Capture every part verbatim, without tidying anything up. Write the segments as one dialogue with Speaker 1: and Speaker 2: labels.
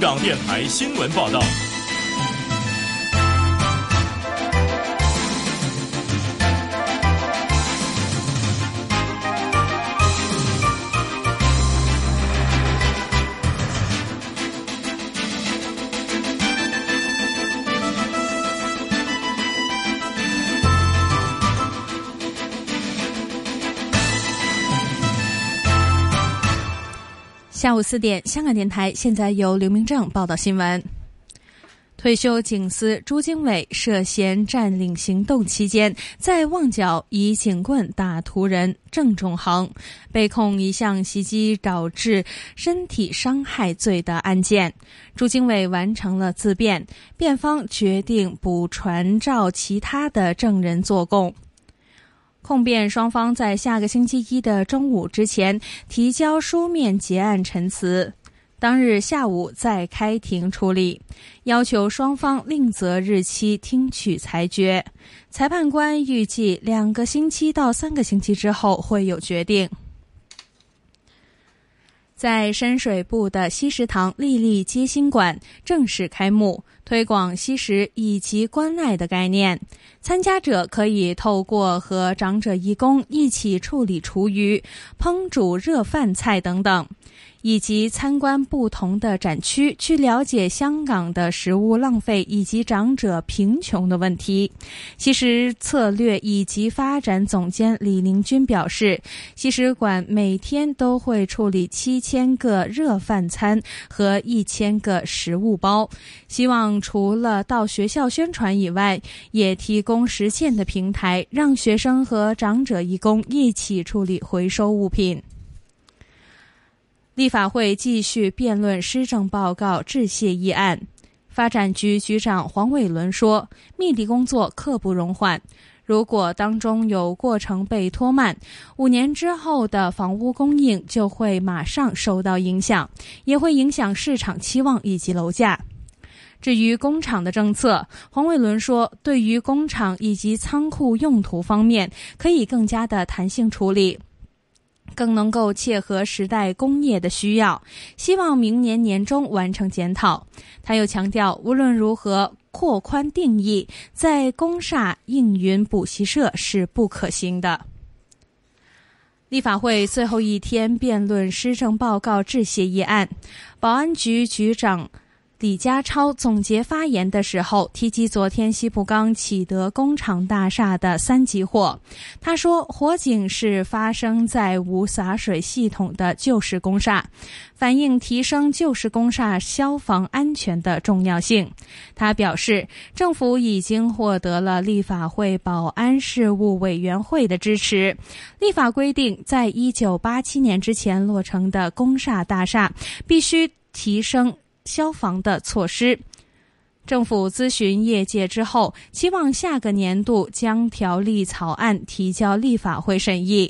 Speaker 1: 港电台新闻报道。
Speaker 2: 下午四点，香港电台现在由刘明正报道新闻。退休警司朱经纬涉嫌占领行动期间，在旺角以警棍打途人郑仲恒，被控一项袭击导致身体伤害罪的案件。朱经纬完成了自辩，辩方决定不传召其他的证人作供。控辩双方在下个星期一的中午之前提交书面结案陈词，当日下午再开庭处理，要求双方另择日期听取裁决。裁判官预计两个星期到三个星期之后会有决定。在深水埗的西食堂丽丽街心馆正式开幕，推广惜食以及关爱的概念。参加者可以透过和长者义工一起处理厨余、烹煮热饭菜等等，以及参观不同的展区，去了解香港的食物浪费以及长者贫穷的问题。惜食策略以及发展总监李林军表示，惜食馆每天都会处理七千个热饭餐和一千个食物包，希望除了到学校宣传以外，也提供实践的平台，让学生和长者义工一起处理回收物品。立法会继续辩论施政报告致谢议案。发展局局长黄伟伦说，密地工作刻不容缓，如果当中有过程被拖慢，五年之后的房屋供应就会马上受到影响，也会影响市场期望以及楼价。至于工厂的政策，黄伟伦说，对于工厂以及仓库用途方面，可以更加的弹性处理，更能够切合时代工业的需要，希望明年年中完成检讨。他又强调，无论如何扩宽定义，在工厦应云补习社是不可行的。立法会最后一天辩论施政报告致谢议案，保安局局长李家超总结发言的时候提及昨天西浦港启德工厂大厦的三级火。他说，火警是发生在无洒水系统的旧式工厦，反映提升旧式工厦消防安全的重要性。他表示，政府已经获得了立法会保安事务委员会的支持。立法规定，在一九八七年之前落成的工厦大厦必须提升消防的措施。政府咨询业界之后，期望下个年度将条例草案提交立法会审议。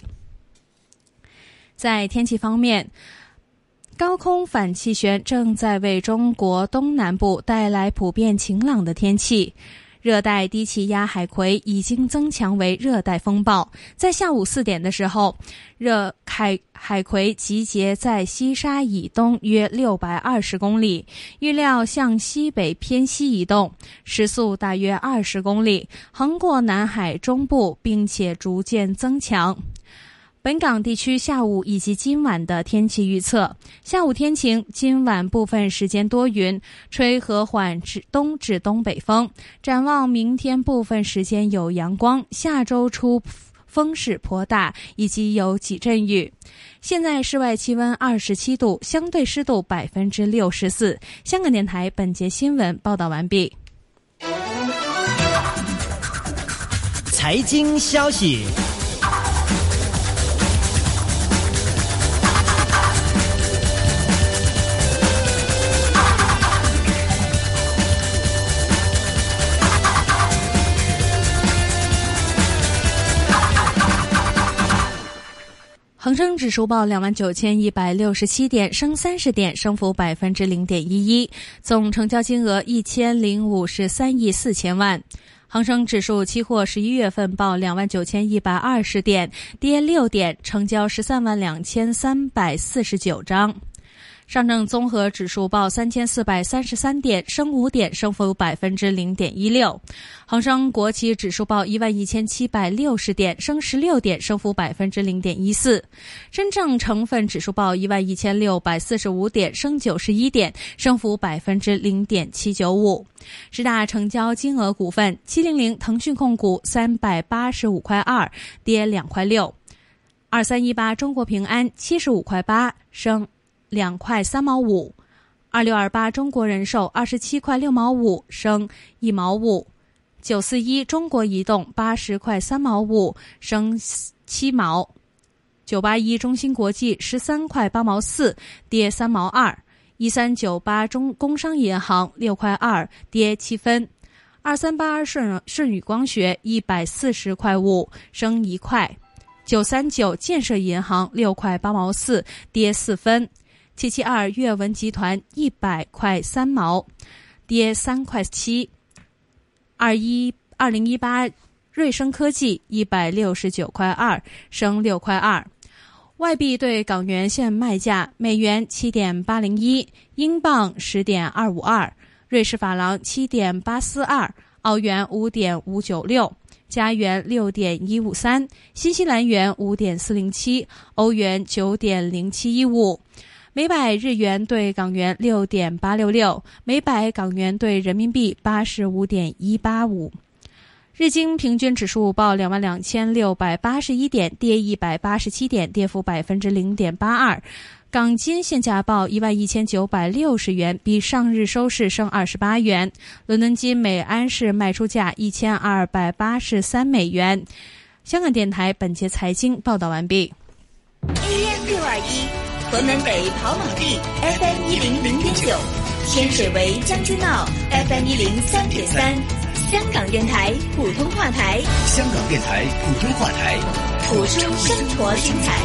Speaker 2: 在天气方面，高空反气旋正在为中国东南部带来普遍晴朗的天气。热带低气压海葵已经增强为热带风暴，在下午四点的时候，热海海葵集结在西沙以东约六百二十公里，预料向西北偏西移动，时速大约二十公里，横过南海中部，并且逐渐增强。本港地区下午以及今晚的天气预测，下午天晴，今晚部分时间多云，吹和缓至东至东北风。展望明天部分时间有阳光，下周初风势颇大，以及有几阵雨。现在室外气温二十七度，相对湿度百分之六十四。香港电台本节新闻报道完毕。
Speaker 3: 财经消息。
Speaker 2: 恒生指数报两万九千一百六十七点，升三十点，升幅百分之零点一一，总成交金额一千零五十三亿四千万。恒生指数期货十一月份报两万九千一百二十点，跌六点，成交十三万两千三百四十九张。 上证综合指数报三千四百三十三点，升五点，升幅百分之零点一六。恒生国企指数报一万一千七百六十点，升十六点，升幅百分之零点一四。深证成分指数报一万一千六百四十五点，升九十一点，升幅百分之零点七九五。十大成交金额股份：七零零腾讯控股三百八十五块二，跌两块六。二三一八中国平安七十五块八，升两块三毛五。二六二八中国人寿二十七块六毛五，升一毛五。九四一中国移动八十块三毛五，升七毛。九八一中芯国际十三块八毛四，跌三毛二。一三九八中工商银行六块二，跌七分。二三八二顺顺宇光学一百四十块五，升一块。九三九建设银行六块八毛四，跌四分。七七二阅文集团一百块三毛，跌三块七。二一二零一八瑞声科技一百六十九块二，升六块二。外币对港元现卖价：美元七点八零一，英镑十点二五二，瑞士法郎七点八四二，澳元五点五九六。加元六点一五三，新西兰元五点四零七，欧元九点零七一五，每百日元对港元六点八六六，每百港元对人民币八十五点一八五。日经平均指数报两万两千六百八十一点，跌一百八十七点，跌幅百分之零点八二。港金现价报一万一千九百六十元，比上日收市升二十八元。伦敦金每安士卖出价一千二百八十三美元。香港电台本节财经报道完毕。
Speaker 1: A M 六二一，河南北跑马地 F M 一零零点九，天水围将军澳 F M 一零三点三，香港电台普通话台，
Speaker 4: 香港电台普通话台，
Speaker 1: 谱出生活精彩。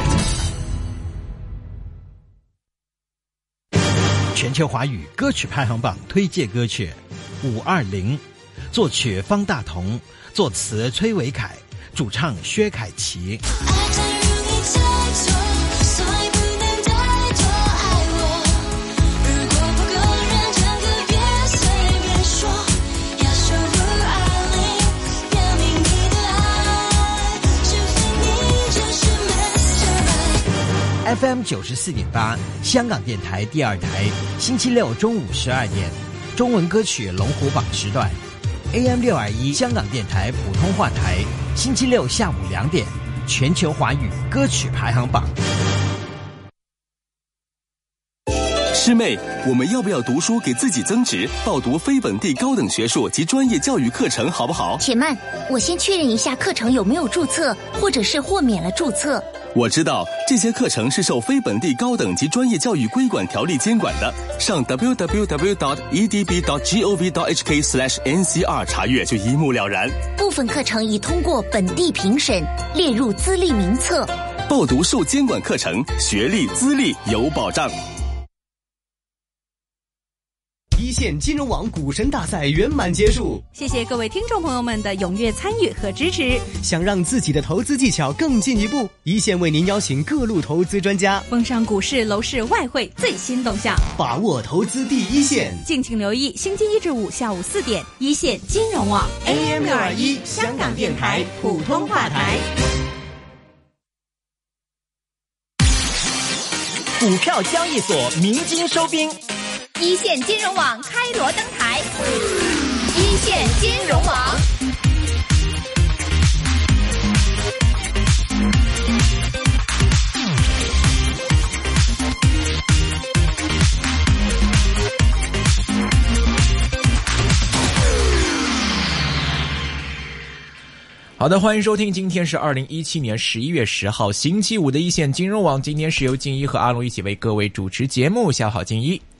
Speaker 3: 全球华语歌曲排行榜推荐歌曲五二零，作曲方大同，作词崔维凯，主唱薛凯琪。F M 九十四点八，香港电台第二台，星期六中午十二点，中文歌曲龙虎榜时段 ；A M 六二一，香港电台普通话台，星期六下午两点，全球华语歌曲排行榜。
Speaker 5: 师妹，我们要不要读书给自己增值，报读非本地高等学术及专业教育课程，好不好？
Speaker 6: 且慢，我先确认一下课程有没有注册，或者是豁免了注册。
Speaker 5: 我知道这些课程是受非本地高等及专业教育规管条例监管的，上 w w w dot e d b dot gov dot h k slash n c r 查阅就一目了然。
Speaker 6: 部分课程已通过本地评审，列入资历名册。
Speaker 5: 报读受监管课程，学历资历有保障。
Speaker 3: 一线金融网股神大赛圆满结束，
Speaker 2: 谢谢各位听众朋友们的踊跃参与和支持。
Speaker 3: 想让自己的投资技巧更进一步，一线为您邀请各路投资专家，
Speaker 2: 奉上股市、楼市、外汇最新动向，
Speaker 3: 把握投资第一线。
Speaker 2: 敬请留意星期一至五下午四点，一线金融网
Speaker 1: A M 六二一香港电台普通话台。
Speaker 3: 股票交易所鸣金收兵，
Speaker 1: 一线金融网开锣登台，一线金融网。
Speaker 7: 好的，欢迎收听，今天是二零一七年十一月十号星期五的一线金融网，今天是由静一和阿龙一起为各位主持节目，下午好，静一。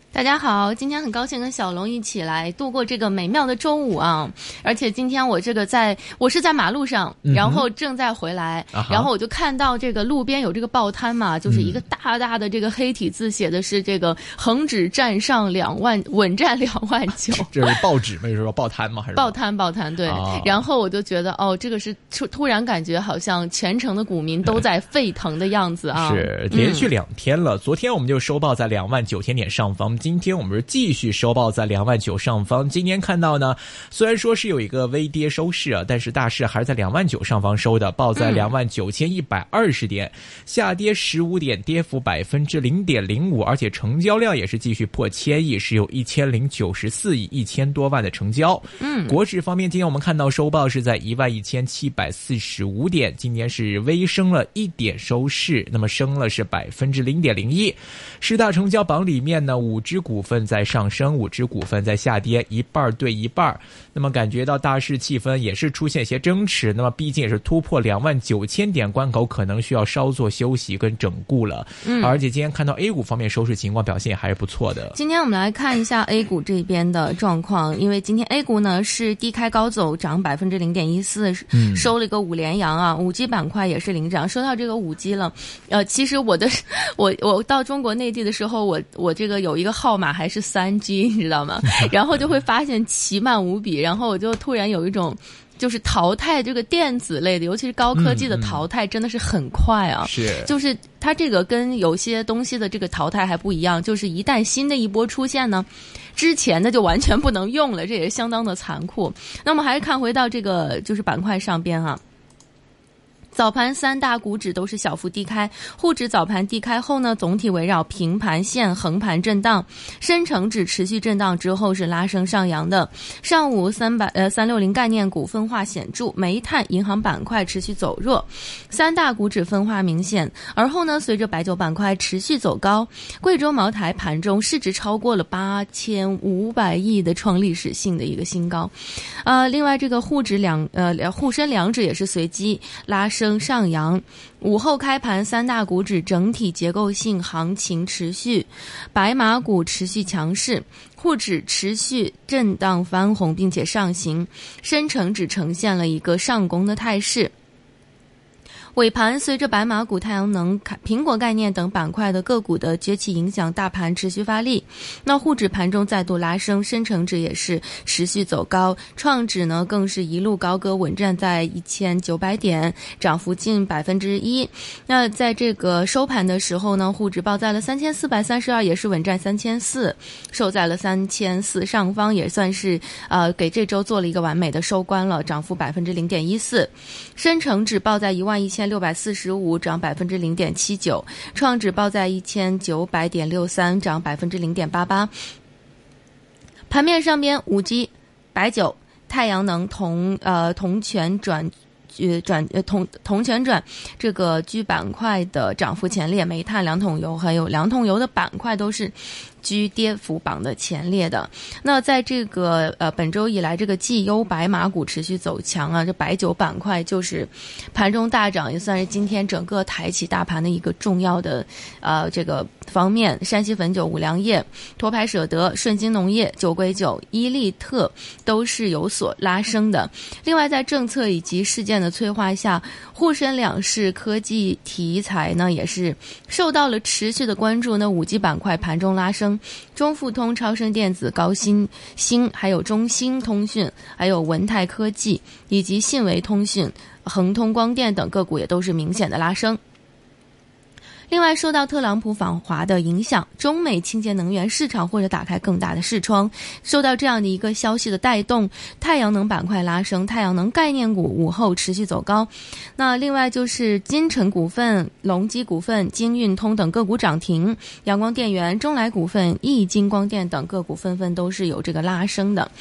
Speaker 8: 大家好，今天很高兴跟小龙一起来度过这个美妙的周五啊！而且今天我这个在我是在马路上，然后正在回来，嗯、然后我就看到这个路边有这个报摊嘛，就是一个大大的这个黑体字写的是这个恒指站上两万，稳站两万九。
Speaker 7: 这是报纸吗？就是说报摊吗？还是
Speaker 8: 报摊？报摊对、哦。然后我就觉得哦，这个是突突然感觉好像全城的股民都在沸腾的样子啊！
Speaker 7: 是连续两天了、嗯，昨天我们就收报在两万九千点上方。今天我们是继续收报在两万九上方。今天看到呢，虽然说是有一个微跌收市啊，但是大市还是在两万九上方收的，报在两万九千一百二十点，下跌十五点，跌幅百分之零点零五，而且成交量也是继续破千亿，是有一千零九十四亿一千多万的成交。
Speaker 8: 嗯，
Speaker 7: 国指方面，今天我们看到收报是在一万一千七百四十五点，今年是微升了一点收市，那么升了是百分之零点零一。十大成交榜里面呢，五只股份在上升，五只股份在下跌，一半对一半。那么感觉到大市气氛也是出现一些争持，那么毕竟也是突破两万九千点关口，可能需要稍作休息跟整固了。
Speaker 8: 嗯，
Speaker 7: 而且今天看到 A 股方面收市情况表现也还是不错的。
Speaker 8: 今天我们来看一下 A 股这边的状况，因为今天 A 股呢是低开高走，涨百分之零点一四，收了一个五连阳啊。五 G 板块也是领涨。说到这个五 G 了，呃，其实我的我我到中国内地的时候，我我这个有一个号码还是三 G， 你知道吗？然后就会发现奇慢无比，然后我就突然有一种就是淘汰这个电子类的，尤其是高科技的淘汰真的是很快啊。
Speaker 7: 嗯嗯、是，
Speaker 8: 就是它这个跟有些东西的这个淘汰还不一样，就是一旦新的一波出现呢，之前的就完全不能用了，这也是相当的残酷。那么还是看回到这个就是板块上边哈、啊。早盘三大股指都是小幅低开，沪指早盘低开后呢，总体围绕平盘线横盘震荡，深成指持续震荡之后是拉升上扬的。上午三百呃三六零概念股分化显著，煤炭、银行板块持续走弱，三大股指分化明显。而后呢，随着白酒板块持续走高，贵州茅台盘中市值超过了八千五百亿的创历史性的一个新高。呃，另外这个沪指两呃沪深两指也是随机拉升上扬，午后开盘三大股指整体结构性行情持续，白马股持续强势，沪指持续震荡翻红并且上行，深成指呈现了一个上攻的态势。尾盘随着白马股、太阳能、苹果概念等板块的个股的崛起影响，大盘持续发力。那沪指盘中再度拉升，深成指也是持续走高，创指呢更是一路高歌，稳站在一千九百点，涨幅近百分之一。那在这个收盘的时候呢，沪指报在了三千四百三十二，也是稳站三千四，收在了三千四上方，也算是呃给这周做了一个完美的收官了，涨幅百分之零点一四。深成指报在一万一千六百四十五，涨百分之零点七九，创指报在一千九百点六三，涨百分之零点八八。盘面上边，五 G、白酒、太阳能同呃同权转。呃转呃同同权转这个居板块的涨幅前列，煤炭、两桶油还有两桶油的板块都是居跌幅榜的前列的。那在这个呃本周以来，这个绩优白马股持续走强啊，这白酒板块就是盘中大涨，也算是今天整个抬起大盘的一个重要的呃这个方面。山西汾酒、五粮液、沱牌舍得、顺鑫农业、酒鬼酒、伊利特都是有所拉升的。另外在政策以及事件的催化下，沪深两市科技题材呢也是受到了持续的关注。那五 G 板块盘中拉升，中富通、超声电子、高新兴，还有中兴通讯，还有文泰科技以及信维通讯、恒通光电等个股也都是明显的拉升。另外，受到特朗普访华的影响，中美清洁能源市场或者打开更大的视窗。受到这样的一个消息的带动，太阳能板块拉升，太阳能概念股午后持续走高。那另外就是金城股份、隆基股份、京运通等个股涨停，阳光电源、中来股份、易金光电等个股纷纷都是有这个拉升的。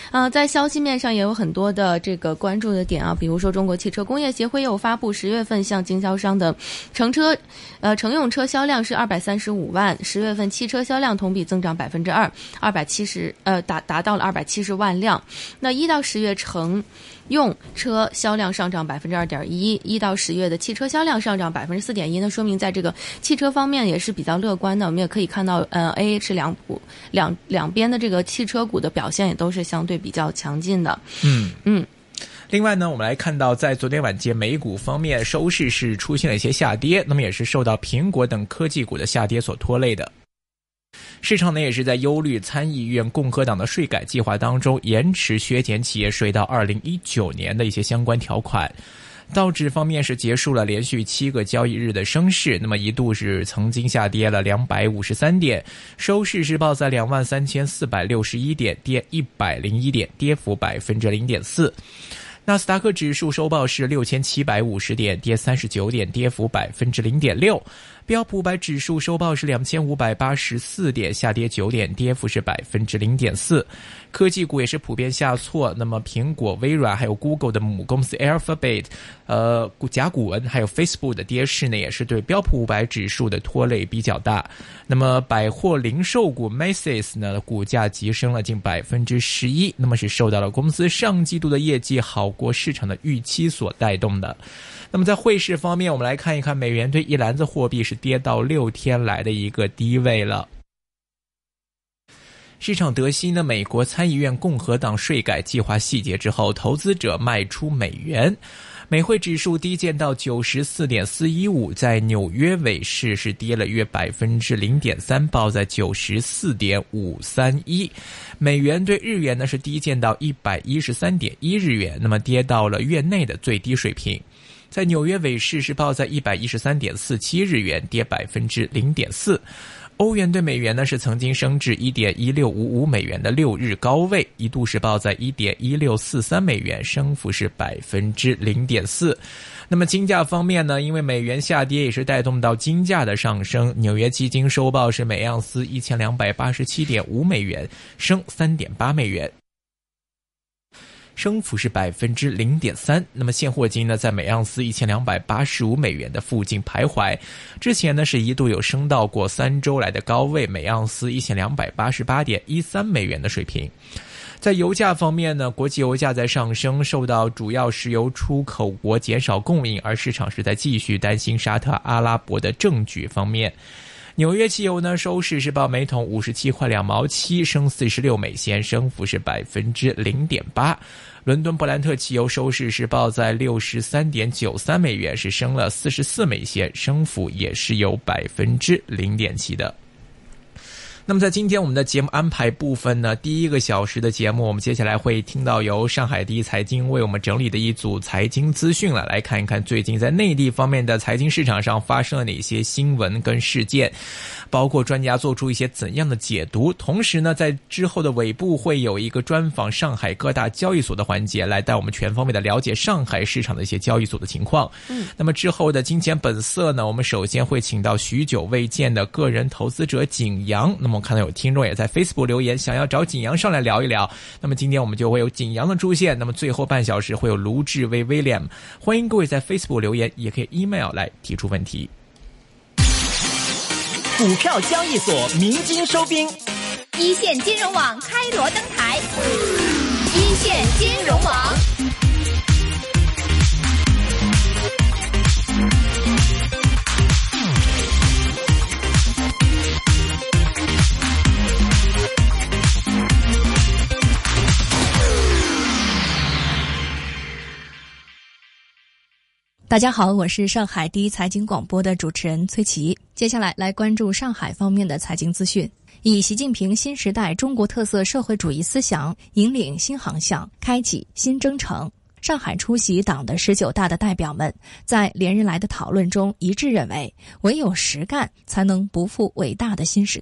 Speaker 8: 啊、呃，在消息面上也有很多的这个关注的点啊，比如说中国汽车工业协会有发布十月份向经销商的乘车，呃乘用车销量是二百三十五万，十月份汽车销量同比增长百分之二，二百七十呃达达到了二百七十万辆。那一到十月乘用车销量上涨百分之二点一，一到十月的汽车销量上涨百分之四点一，那说明在这个汽车方面也是比较乐观的。我们也可以看到，呃 ，A H 两股两两边的这个汽车股的表现也都是相对比较强劲的。
Speaker 7: 嗯
Speaker 8: 嗯。
Speaker 7: 另外呢，我们来看到在昨天晚间美股方面收市是出现了一些下跌，那么也是受到苹果等科技股的下跌所拖累的。市场呢也是在忧虑参议院共和党的税改计划当中延迟削减企业税到二零一九年的一些相关条款。道指方面是结束了连续七个交易日的升势，那么一度是曾经下跌了两百五十三点，收市是报在两万三千四百六十一点，跌一百零一点，跌幅百分之零点四。纳斯达克指数收报是六千七百五十点，跌三十九点，跌幅百分之零点六。标普五百指数收报是两千五百八十四点，下跌九点，跌幅是百分之零点四。科技股也是普遍下挫，那么苹果、微软还有 Google 的母公司 Alphabet， 呃，甲骨文还有 Facebook 的跌势呢，也是对标普五百指数的拖累比较大。那么百货零售股 Macy's 呢，股价急升了近百分之十一，那么是受到了公司上季度的业绩好过市场的预期所带动的。那么在汇市方面，我们来看一看美元对一篮子货币是跌到六天来的一个低位了。市场得悉呢，美国参议院共和党税改计划细节之后，投资者卖出美元，美汇指数低见到 九十四点四一五， 在纽约尾市是跌了约 百分之零点三， 报在 九十四点五三一。美元对日元呢是低见到 一百一十三点一日元，那么跌到了月内的最低水平。在纽约尾市是报在 一百一十三点四七日元，跌 百分之零点四。欧元对美元呢是曾经升至 一点一六五五美元的六日高位，一度是报在 一点一六四三美元，升幅是 百分之零点四。那么金价方面呢，因为美元下跌也是带动到金价的上升，纽约期金收报是每盎司 一千两百八十七点五美元，升 三点八美元，升幅是 百分之零点三。 那么现货金呢在每盎司一千两百八十五美元的附近徘徊，之前呢是一度有升到过三周来的高位，每盎司一千两百八十八点一三美元的水平。在油价方面呢，国际油价在上升，受到主要石油出口国减少供应，而市场是在继续担心沙特阿拉伯的政局方面。纽约汽油呢收市是报每桶五十七块两毛七，升四十六美仙，升幅是 百分之零点八。伦敦布兰特汽油收市是报在 六十三点九三美元，是升了四十四美仙，升幅也是有 百分之零点七 的。那么在今天我们的节目安排部分呢，第一个小时的节目，我们接下来会听到由上海第一财经为我们整理的一组财经资讯了，来看一看最近在内地方面的财经市场上发生了哪些新闻跟事件，包括专家做出一些怎样的解读。同时呢，在之后的尾部会有一个专访上海各大交易所的环节，来带我们全方面的了解上海市场的一些交易所的情况。嗯，那么之后的金钱本色呢，我们首先会请到许久未见的个人投资者景阳。那么我看到有听众也在 Facebook 留言，想要找景阳上来聊一聊。那么今天我们就会有景阳的出现。那么最后半小时会有卢志威 William。欢迎各位在 Facebook 留言，也可以 email 来提出问题。
Speaker 9: 股票交易所鸣金收兵，
Speaker 1: 一线金融网开锣登台，一线金融网。
Speaker 10: 大家好，我是上海第一财经广播的主持人崔琦。接下来来关注上海方面的财经资讯。以习近平新时代中国特色社会主义思想引领新航向，开启新征程。上海出席党的十九大的代表们在连日来的讨论中一致认为，唯有实干才能不负伟大的新时代。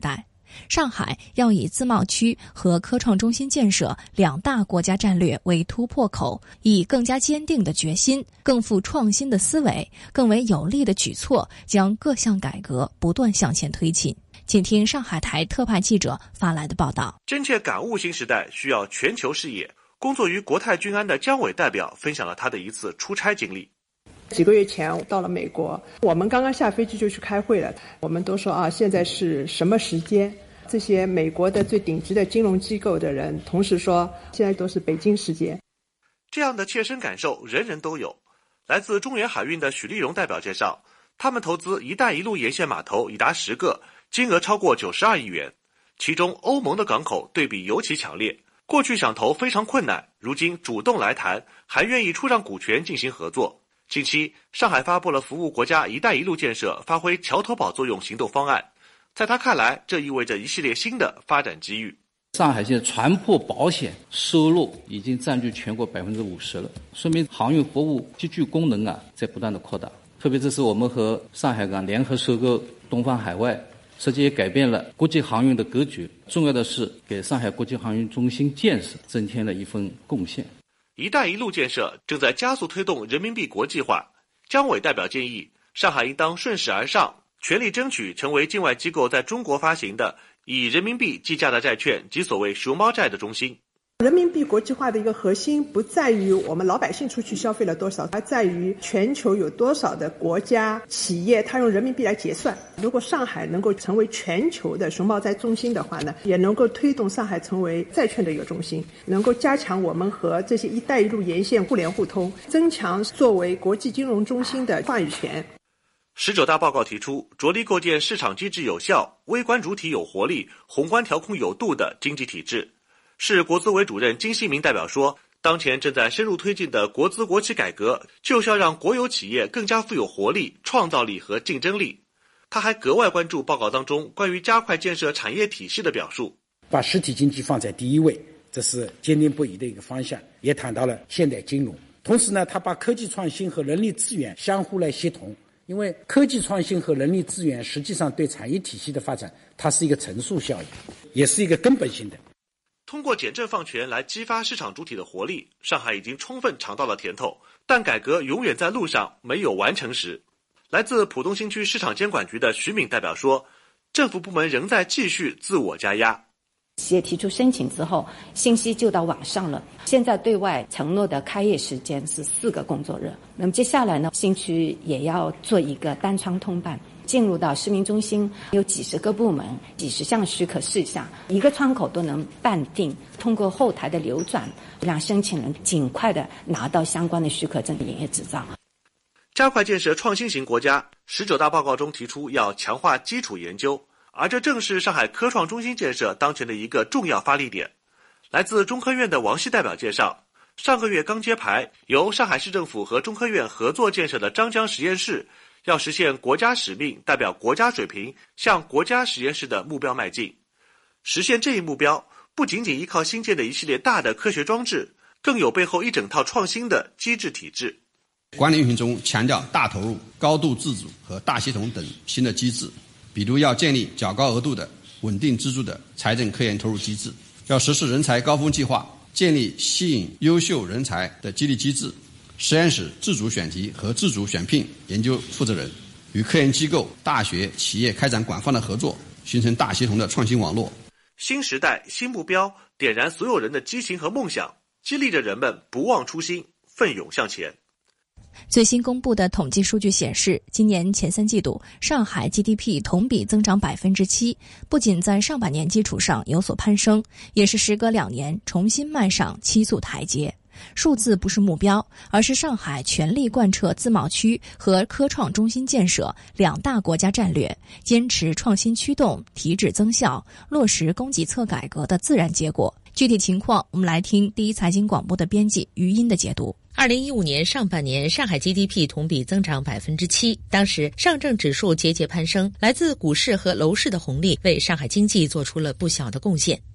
Speaker 10: 上海要以自贸区和科创中心建设两大国家战略为突破口，以更加坚定的决心、更富创新的思维、更为有力的举措，将各项改革不断向前推进。请听上海台特派记者发来的报道。
Speaker 11: 真切感悟新时代需要全球视野。工作于国泰君安的姜伟代表分享了他的一次出差经历。
Speaker 12: 几个月前我到了美国，我们刚刚下飞机就去开会了。我们都说啊，现在是什么时间？这些美国的最顶级的金融机构的人同时说，现在都是北京时间。
Speaker 11: 这样的切身感受人人都有。来自中远海运的许立荣代表介绍，他们投资一带一路沿线码头已达十个，金额超过九十二亿元，其中欧盟的港口对比尤其强烈。过去想投非常困难，如今主动来谈，还愿意出让股权进行合作。近期，上海发布了服务国家“一带一路”建设发挥桥头堡作用行动方案。在他看来，这意味着一系列新的发展机遇。
Speaker 13: 上海现在船舶保险收入已经占据全国百分之五十了，说明航运服务极具功能啊，在不断的扩大。特别这次我们和上海港联合收购东方海外，实际也改变了国际航运的格局。重要的是，给上海国际航运中心建设增添了一份贡献。
Speaker 11: 一带一路建设正在加速推动人民币国际化。姜伟代表建议，上海应当顺势而上，全力争取成为境外机构在中国发行的以人民币计价的债券及所谓熊猫债的中心。
Speaker 12: 人民币国际化的一个核心不在于我们老百姓出去消费了多少，而在于全球有多少的国家企业它用人民币来结算。如果上海能够成为全球的熊猫债中心的话呢，也能够推动上海成为债券的一个中心，能够加强我们和这些一带一路沿线互联互通，增强作为国际金融中心的话语权。
Speaker 11: 十九大报告提出，着力构建市场机制有效、微观主体有活力、宏观调控有度的经济体制。市国资委主任金希明代表说，当前正在深入推进的国资国企改革，就是要让国有企业更加富有活力、创造力和竞争力。他还格外关注报告当中关于加快建设产业体系的表述，
Speaker 14: 把实体经济放在第一位，这是坚定不移的一个方向。也谈到了现代金融，同时呢，他把科技创新和人力资源相互来协同，因为科技创新和人力资源实际上对产业体系的发展，它是一个乘数效应，也是一个根本性的。
Speaker 11: 通过简政放权来激发市场主体的活力，上海已经充分尝到了甜头，但改革永远在路上，没有完成时。来自浦东新区市场监管局的徐敏代表说，政府部门仍在继续自我加压。
Speaker 15: 企业提出申请之后，信息就到网上了。现在对外承诺的开业时间是四个工作日。那么接下来呢，新区也要做一个单窗通办。进入到市民中心有几十个部门，几十项许可事项，一个窗口都能办定。通过后台的流转，让申请人尽快的拿到相关的许可证营业执照。
Speaker 11: 加快建设创新型国家，十九大报告中提出要强化基础研究，而这正是上海科创中心建设当前的一个重要发力点。来自中科院的王希代表介绍，上个月刚揭牌，由上海市政府和中科院合作建设的张江实验室，要实现国家使命，代表国家水平，向国家实验室的目标迈进。实现这一目标，不仅仅依靠新建的一系列大的科学装置，更有背后一整套创新的机制体制。
Speaker 16: 管理运行中强调大投入、高度自主和大系统等新的机制，比如要建立较高额度的稳定支柱的财政科研投入机制，要实施人才高峰计划，建立吸引优秀人才的激励机制。实验室自主选题和自主选聘研究负责人，与科研机构、大学、企业开展广泛的合作，形成大协同的创新网络。
Speaker 11: 新时代新目标点燃所有人的激情和梦想，激励着人们不忘初心，奋勇向前。
Speaker 10: 最新公布的统计数据显示，今年前三季度上海 G D P 同比增长百分之七，不仅在上半年基础上有所攀升，也是时隔两年重新迈上七速台阶。数字不是目标，而是上海全力贯彻自贸区和科创中心建设两大国家战略，坚持创新驱动、提质增效，落实供给侧改革的自然结果。具体情况，我们来听第一财经广播的编辑余音的解读。
Speaker 17: 二零一五年上半年，上海 G D P 同比增长百分之七，当时上证指数节节攀升，来自股市和楼市的红利为上海经济做出了不小的贡献。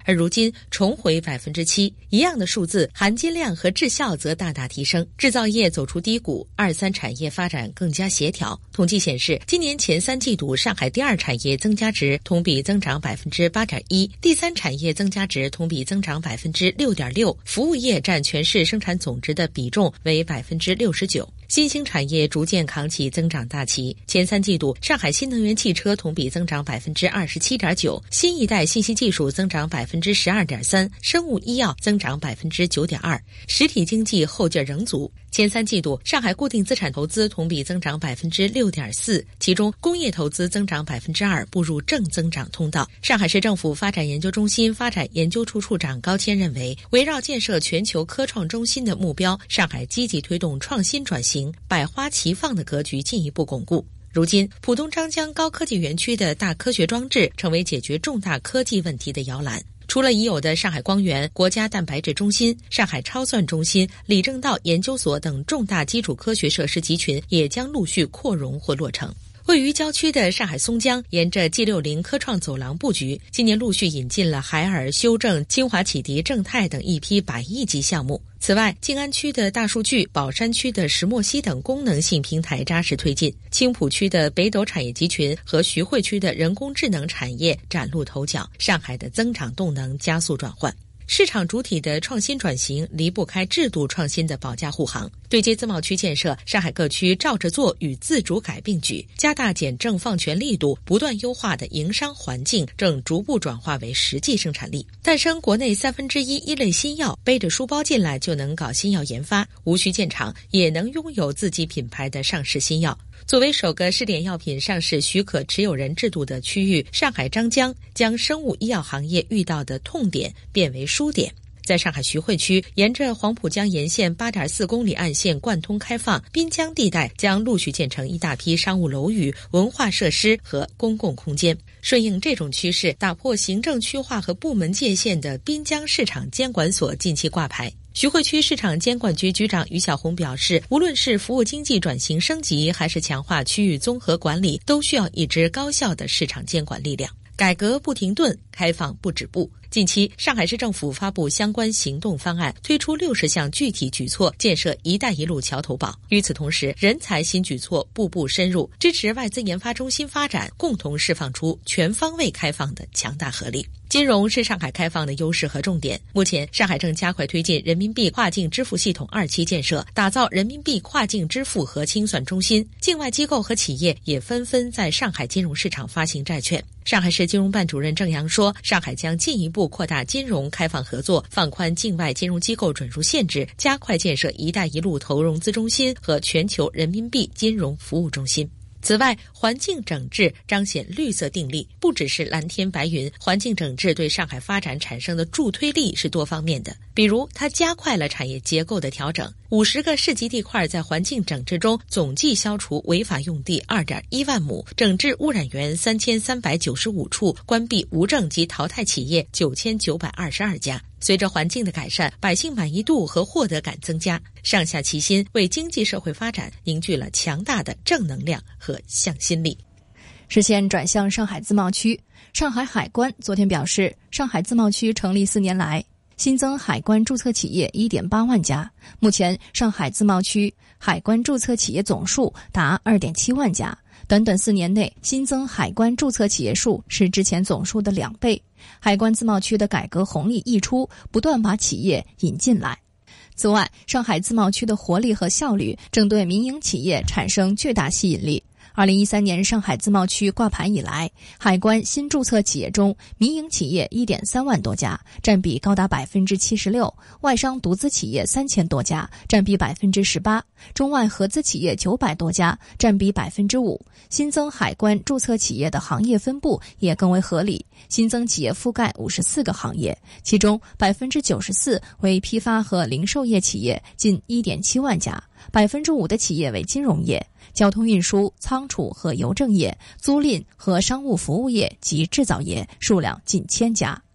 Speaker 17: 而如今重回百分之七，一样的数字，含金量和质效则大大提升。制造业走出低谷，二三产业发展更加协调。统计显示，今年前三季度上海第二产业增加值同比增长百分之八点一，第三产业增加值同比增长百分之六点六，服务业占全市生产总值的比重为百分之六十九。新兴产业逐渐扛起增长大旗。前三季度，上海新能源汽车同比增长百分之二十七点九，新一代信息技术增长百分之十二点三，生物医药增长百分之九点二，实体经济后劲仍足。前三季度，上海固定资产投资同比增长百分之六点四，其中工业投资增长百分之二，步入正增长通道。上海市政府发展研究中心发展研究处处长高谦认为，围绕建设全球科创中心的目标，上海积极推动创新转型，百花齐放的格局进一步巩固。如今，浦东张江高科技园区的大科学装置成为解决重大科技问题的摇篮。除了已有的上海光源、国家蛋白质中心、上海超算中心、李政道研究所等重大基础科学设施集群，也将陆续扩容或落成。位于郊区的上海松江，沿着 G 六十 科创走廊布局，今年陆续引进了海尔、修正、清华启迪、正泰等一批百亿级项目。此外，静安区的大数据、宝山区的石墨烯等功能性平台扎实推进，青浦区的北斗产业集群和徐汇区的人工智能产业崭露头角，上海的增长动能加速转换。市场主体的创新转型离不开制度创新的保驾护航。对接自贸区建设，上海各区照着做与自主改并举，加大简政放权力度，不断优化的营商环境正逐步转化为实际生产力。诞生国内三分之一一类新药，背着书包进来就能搞新药研发，无需建厂也能拥有自己品牌的上市新药。作为首个试点药品上市许可持有人制度的区域，上海张江将生物医药行业遇到的痛点变为疏点。在上海徐汇区，沿着黄浦江沿线 八点四公里岸线贯通开放，滨江地带将陆续建成一大批商务楼宇、文化设施和公共空间。顺应这种趋势，打破行政区划和部门界限的滨江市场监管所近期挂牌。徐汇区市场监管局局长于小红表示，无论是服务经济转型升级，还是强化区域综合管理，都需要一支高效的市场监管力量。改革不停顿，开放不止步。近期，上海市政府发布相关行动方案，推出六十项具体举措，建设“一带一路”桥头堡。与此同时，人才新举措步步深入，支持外资研发中心发展，共同释放出全方位开放的强大合力。金融是上海开放的优势和重点。目前，上海正加快推进人民币跨境支付系统二期建设，打造人民币跨境支付和清算中心。境外机构和企业也纷纷在上海金融市场发行债券。上海市金融办主任郑阳说，上海将进一步扩大金融开放合作，放宽境外金融机构准入限制，加快建设“一带一路”投融资中心和全球人民币金融服务中心。此外，环境整治彰显绿色定力，不只是蓝天白云，环境整治对上海发展产生的助推力是多方面的。比如，它加快了产业结构的调整，五十个市级地块在环境整治中总计消除违法用地 二点一万亩，整治污染源三千三百九十五处，关闭无证及淘汰企业九千九百二十二家。随着环境的改善，百姓满意度和获得感增加，上下齐心，为经济社会发展凝聚了强大的正能量和向心力。
Speaker 10: 视线转向上海自贸区，上海海关昨天表示，上海自贸区成立四年来，新增海关注册企业 一点八万家，目前上海自贸区海关注册企业总数达 二点七万家。短短四年内，新增海关注册企业数是之前总数的两倍。海关自贸区的改革红利溢出，不断把企业引进来。此外，上海自贸区的活力和效率正对民营企业产生巨大吸引力。二零一三年上海自贸区挂牌以来，海关新注册企业中，民营企业 一点三万多家，占比高达 百分之七十六， 外商独资企业三千多家，占比 百分之十八， 中外合资企业九百多家，占比 百分之五。 新增海关注册企业的行业分布也更为合理，新增企业覆盖五十四个行业，其中 百分之九十四 为批发和零售业企业，近 一点七万家， 百分之五 的企业为金融业、交通运输、仓储和邮政业、租赁和商务服务业及制造业，数量近千家。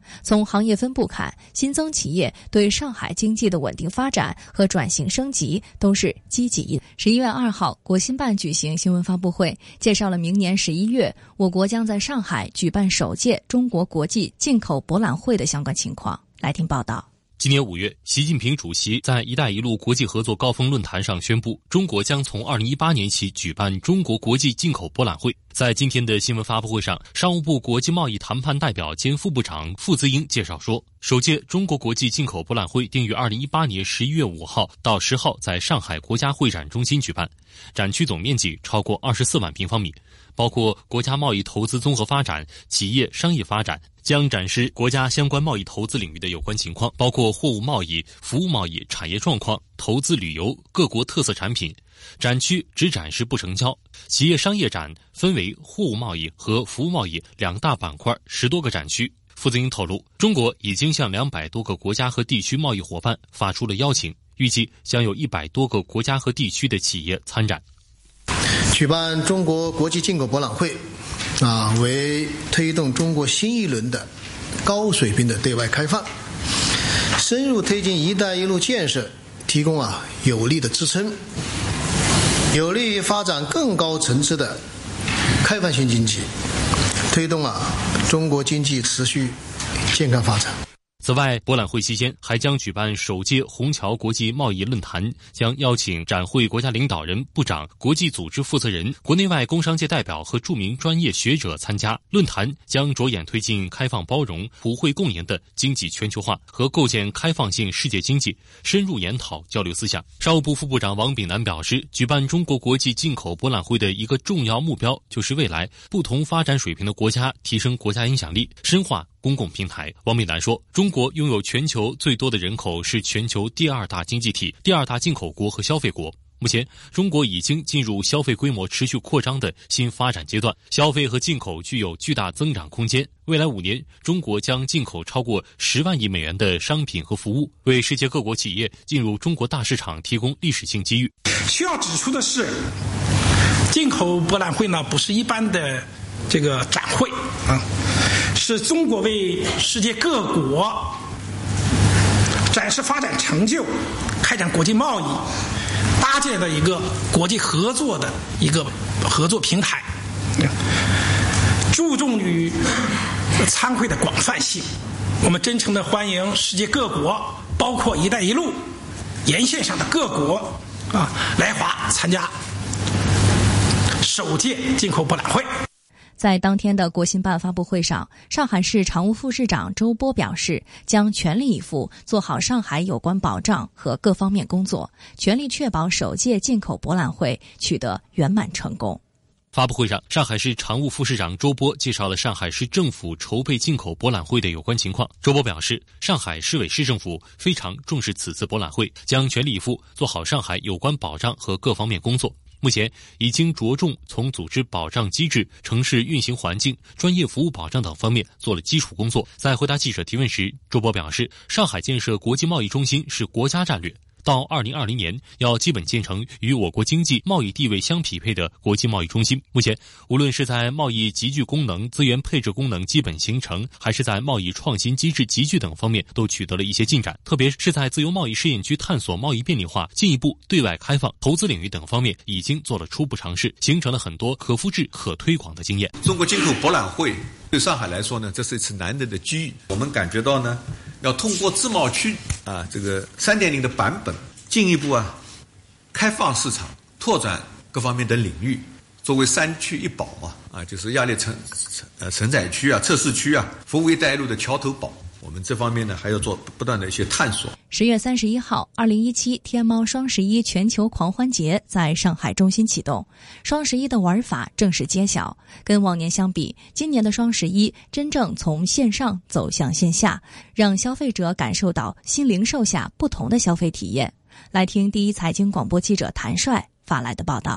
Speaker 10: 从行业分布看，新增企业对上海经济的稳定发展和转型升级都是积极的。十一月二号，国新办举行新闻发布会，介绍了明年十一月我国将在上海举办首届中国国际进口博览会的相关情况。来听报道。
Speaker 18: 今年五月，习近平主席在“一带一路”国际合作高峰论坛上宣布，中国将从二零一八年起举办中国国际进口博览会。在今天的新闻发布会上，商务部国际贸易谈判代表兼副部长傅自英介绍说，首届中国国际进口博览会定于二零一八年十一月五号到十号在上海国家会展中心举办，展区总面积超过二十四万平方米，包括国家贸易投资综合发展、企业商业发展，将展示国家相关贸易投资领域的有关情况，包括货物贸易、服务贸易、产业状况、投资旅游、各国特色产品。展区只展示不成交。企业商业展分为货物贸易和服务贸易两大板块，十多个展区。傅自英透露，中国已经向两百多个国家和地区贸易伙伴发出了邀请，预计将有一百多个国家和地区的企业参展。
Speaker 19: 举办中国国际进口博览会啊，为推动中国新一轮的高水平的对外开放，深入推进“一带一路”建设提供啊有力的支撑，有利于发展更高层次的开放性经济，推动啊中国经济持续健康发展。
Speaker 18: 此外，博览会期间还将举办首届虹桥国际贸易论坛，将邀请展会国家领导人、部长、国际组织负责人、国内外工商界代表和著名专业学者参加。论坛将着眼推进开放包容、普惠共赢的经济全球化和构建开放性世界经济，深入研讨交流思想。商务部副部长王炳南表示，举办中国国际进口博览会的一个重要目标，就是未来不同发展水平的国家提升国家影响力，深化公共平台。王炳南说，中国拥有全球最多的人口，是全球第二大经济体、第二大进口国和消费国。目前，中国已经进入消费规模持续扩张的新发展阶段，消费和进口具有巨大增长空间。未来五年，中国将进口超过十万亿美元的商品和服务，为世界各国企业进入中国大市场提供历史性机遇。
Speaker 20: 需要指出的是，进口博览会呢不是一般的这个展会啊，是中国为世界各国展示发展成就、开展国际贸易、搭建的一个国际合作的一个合作平台，注重于参会的广泛性。我们真诚地欢迎世界各国，包括“一带一路”沿线上的各国啊，来华参加首届进口博览会。
Speaker 10: 在当天的国新办发布会上，上海市常务副市长周波表示，将全力以赴做好上海有关保障和各方面工作，全力确保首届进口博览会取得圆满成功。
Speaker 18: 发布会上，上海市常务副市长周波介绍了上海市政府筹备进口博览会的有关情况。周波表示，上海市委市政府非常重视此次博览会，将全力以赴做好上海有关保障和各方面工作。目前已经着重从组织保障机制、城市运行环境、专业服务保障等方面做了基础工作。在回答记者提问时，周波表示，上海建设国际贸易中心是国家战略，到二零二零年要基本建成与我国经济贸易地位相匹配的国际贸易中心。目前，无论是在贸易集聚功能、资源配置功能基本形成，还是在贸易创新机制集聚等方面，都取得了一些进展。特别是在自由贸易试验区探索贸易便利化、进一步对外开放、投资领域等方面，已经做了初步尝试，形成了很多可复制、可推广的经验。
Speaker 21: 中国进口博览会对上海来说呢，这是一次难得的机遇。我们感觉到呢，要通过自贸区啊这个 三点零 的版本，进一步啊开放市场，拓展各方面的领域。作为三区一保嘛，啊就是亚列承呃承载区啊、测试区啊，服务一带一路的桥头堡。我们这方面呢还要做不断的一些探索。
Speaker 10: 十月三十一号，二零一七天猫双十一全球狂欢节在上海中心启动，双十一的玩法正式揭晓。跟往年相比，今年的双十一真正从线上走向线下，让消费者感受到新零售下不同的消费体验。来听第一财经广播记者谭帅发来的报道。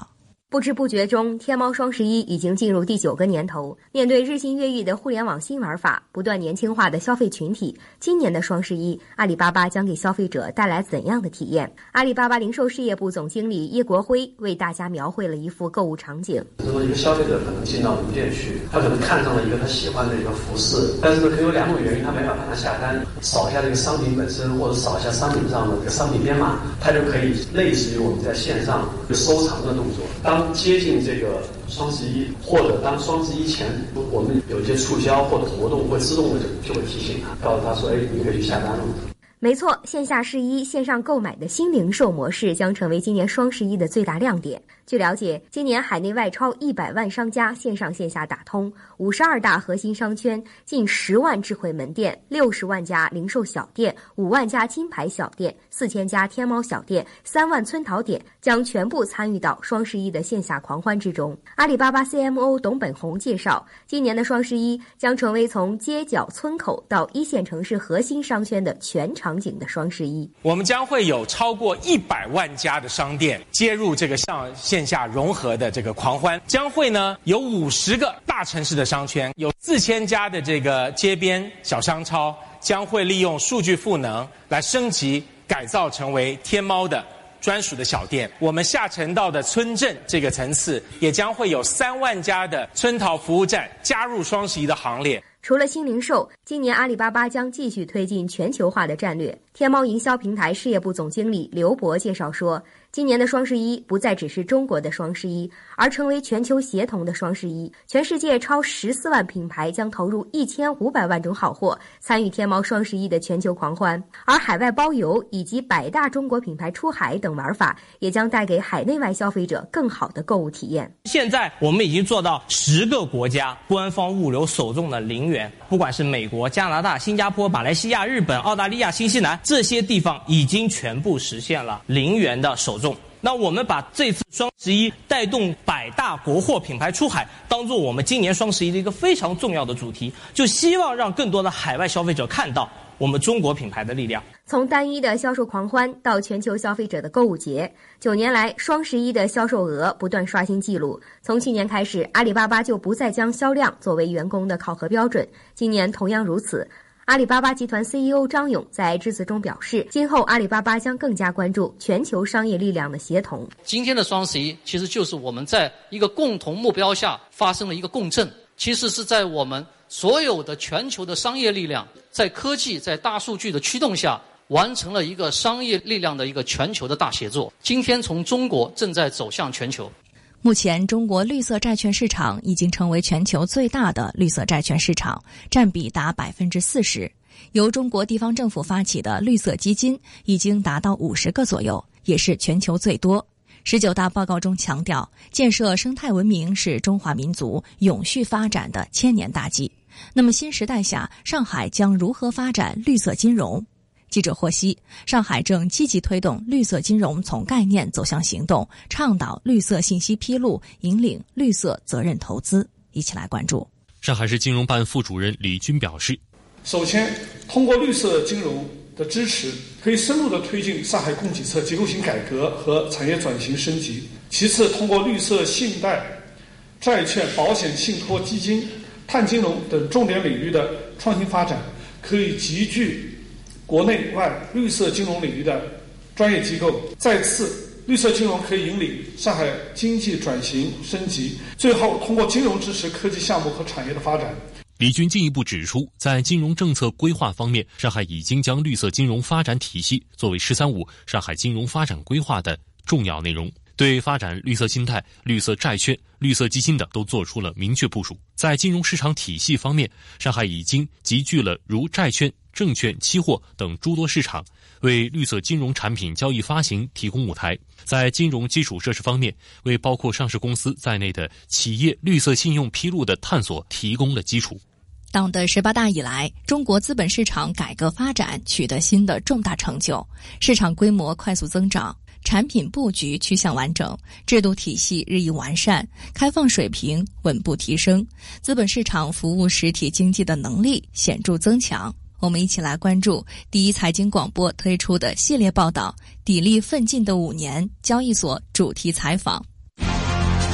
Speaker 4: 不知不觉中，天猫双十一已经进入第九个年头。面对日新月异的互联网新玩法，不断年轻化的消费群体，今年的双十一，阿里巴巴将给消费者带来怎样的体验？阿里巴巴零售事业部总经理叶国辉为大家描绘了一幅购物场景。
Speaker 22: 那么一个消费者可能进到门店去，他可能看上了一个他喜欢的一个服饰，但是呢，可能有两种原因，他没法把它下单。扫一下这个商品本身，或者扫一下商品上的这个商品编码，它就可以类似于我们在线上就收藏的动作。当接近这个双十一，或者当双十一前，我们有一些促销或者活动，会自动的就就会提醒他，告诉他说：“哎，你可以去下单了。”
Speaker 4: 没错，线下试衣、线上购买的新零售模式将成为今年双十一的最大亮点。据了解，今年海内外超一百万商家线上线下打通，五十二大核心商圈，近十万智慧门店，六十万家零售小店，五万家金牌小店，四千家天猫小店，三万村淘点将全部参与到双十一的线下狂欢之中。阿里巴巴 C M O 董本红介绍，今年的双十一将成为从街角村口到一线城市核心商圈的全场景的双十一。
Speaker 23: 我们将会有超过一百万家的商店接入这个上线下融合的这个狂欢，将会呢有五十个大城市的商圈，有四千家的这个街边小商超，将会利用数据赋能来升级改造成为天猫的专属的小店。我们下沉到的村镇这个层次，也将会有三万家的村淘服务站加入双十一的行列。
Speaker 4: 除了新零售，今年阿里巴巴将继续推进全球化的战略。天猫营销平台事业部总经理刘博介绍说，今年的双十一不再只是中国的双十一，而成为全球协同的双十一。全世界超十四万品牌将投入一千五百万种好货，参与天猫双十一的全球狂欢。而海外包邮以及百大中国品牌出海等玩法，也将带给海内外消费者更好的购物体验。
Speaker 24: 现在我们已经做到十个国家官方物流首重的零元，不管是美国、加拿大、新加坡、马来西亚、日本、澳大利亚、新西兰这些地方已经全部实现了零元的首重。那我们把这次双十一带动百大国货品牌出海当做我们今年双十一的一个非常重要的主题，就希望让更多的海外消费者看到我们中国品牌的力量。
Speaker 4: 从单一的销售狂欢到全球消费者的购物节，九年来双十一的销售额不断刷新纪录。从去年开始，阿里巴巴就不再将销量作为员工的考核标准，今年同样如此。阿里巴巴集团 C E O 张勇在致辞中表示，今后阿里巴巴将更加关注全球商业力量的协同。
Speaker 25: 今天的双十一其实就是我们在一个共同目标下发生了一个共振，其实是在我们所有的全球的商业力量在科技在大数据的驱动下完成了一个商业力量的一个全球的大协作。今天从中国正在走向全球。
Speaker 10: 目前，中国绿色债券市场已经成为全球最大的绿色债券市场，占比达百分之四十。由中国地方政府发起的绿色基金已经达到五十个左右，也是全球最多。十九大报告中强调，建设生态文明是中华民族永续发展的千年大计。那么，新时代下，上海将如何发展绿色金融？记者获悉，上海正积极推动绿色金融从概念走向行动，倡导绿色信息披露，引领绿色责任投资。一起来关注。
Speaker 18: 上海市金融办副主任李军表示，
Speaker 26: 首先，通过绿色金融的支持，可以深入地推进上海供给侧结构性改革和产业转型升级。其次，通过绿色信贷、债券、保险信托基金、碳金融等重点领域的创新发展，可以集聚国内外绿色金融领域的专业机构。再次，绿色金融可以引领上海经济转型升级。最后，通过金融支持科技项目和产业的发展。
Speaker 18: 李军进一步指出，在金融政策规划方面，上海已经将绿色金融发展体系作为“十三五”上海金融发展规划的重要内容，对发展绿色信贷、绿色债券、绿色基金等都做出了明确部署。在金融市场体系方面，上海已经集聚了如债券、证券、期货等诸多市场，为绿色金融产品交易发行提供舞台。在金融基础设施方面，为包括上市公司在内的企业绿色信用披露的探索提供了基础。
Speaker 10: 党的十八大以来，中国资本市场改革发展取得新的重大成就，市场规模快速增长，产品布局趋向完整，制度体系日益完善，开放水平稳步提升，资本市场服务实体经济的能力显著增强。我们一起来关注第一财经广播推出的系列报道《砥砺奋进的五年》交易所主题采访。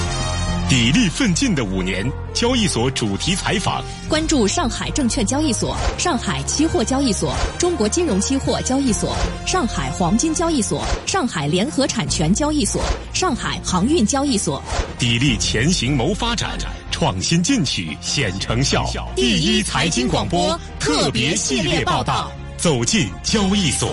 Speaker 2: 砥砺奋进的五年，交易所主题采访。
Speaker 10: 关注上海证券交易所、上海期货交易所、中国金融期货交易所、上海黄金交易所、上海联合产权交易所、上海航运交易所。
Speaker 2: 砥砺前行谋发展，创新进取显成效。第一财经广播特别系列报道，走进交易所。